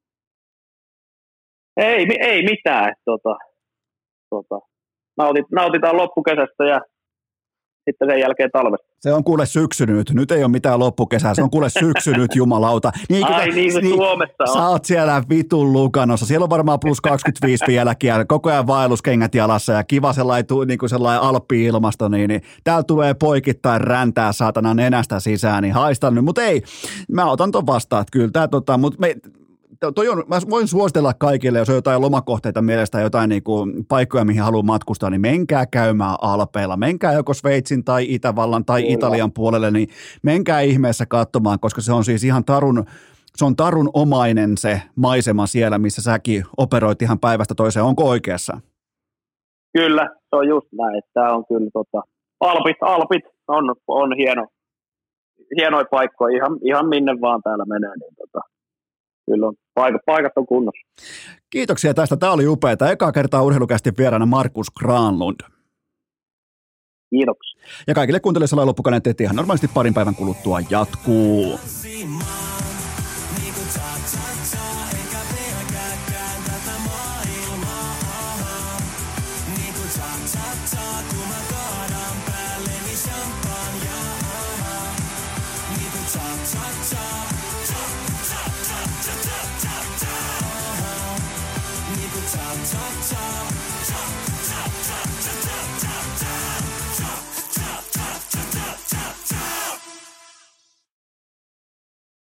Ei, ei mitään. Tota, tota, nautit, nautitaan loppukesästä ja sitten sen jälkeen talvesta. Se on kuule syksy nyt. Nyt ei ole mitään loppukesää. Se on kuule syksy nyt, jumalauta. Niin, Ai kyllä, niin, niin Suomessa on. Sä oot siellä vitun Luganossa. Siellä on varmaan plus kaksikymmentäviisi vieläkin. Koko ajan vaelluskengät jalassa ja kiva sellainen, niin kuin sellainen alppi-ilmasto. Niin, niin. Täällä tulee poikittain räntää saatana nenästä sisään. Niin haistan nyt. Mutta ei, mä otan ton vastaan. Kyllä tää tota, mut me... Toi on, mä voin suositella kaikille, jos on jotain lomakohteita mielestä, jotain niin kuin paikkoja, mihin haluaa matkustaa, niin menkää käymään Alpeilla. Menkää joko Sveitsin tai Itävallan tai Kyllä. Italian puolelle, niin menkää ihmeessä katsomaan, koska se on siis ihan tarun, se on tarun omainen se maisema siellä, missä säkin operoit ihan päivästä toiseen. Onko oikeassa? Kyllä, se on just näin. Tämä on kyllä tota, Alpit, Alpit on, on hieno, hienoja paikkoja, ihan, ihan minne vaan täällä menee, niin tota. Kyllä on. Paikat, paikat on kunnossa. Kiitoksia tästä. Tämä oli upeaa. Eka kertaa urheilukästi vieraana Markus Granlund. Kiitoksia. Ja kaikille kuuntelijoille loppukaneet, että ihan normaalisti parin päivän kuluttua jatkuu. Talk, talk.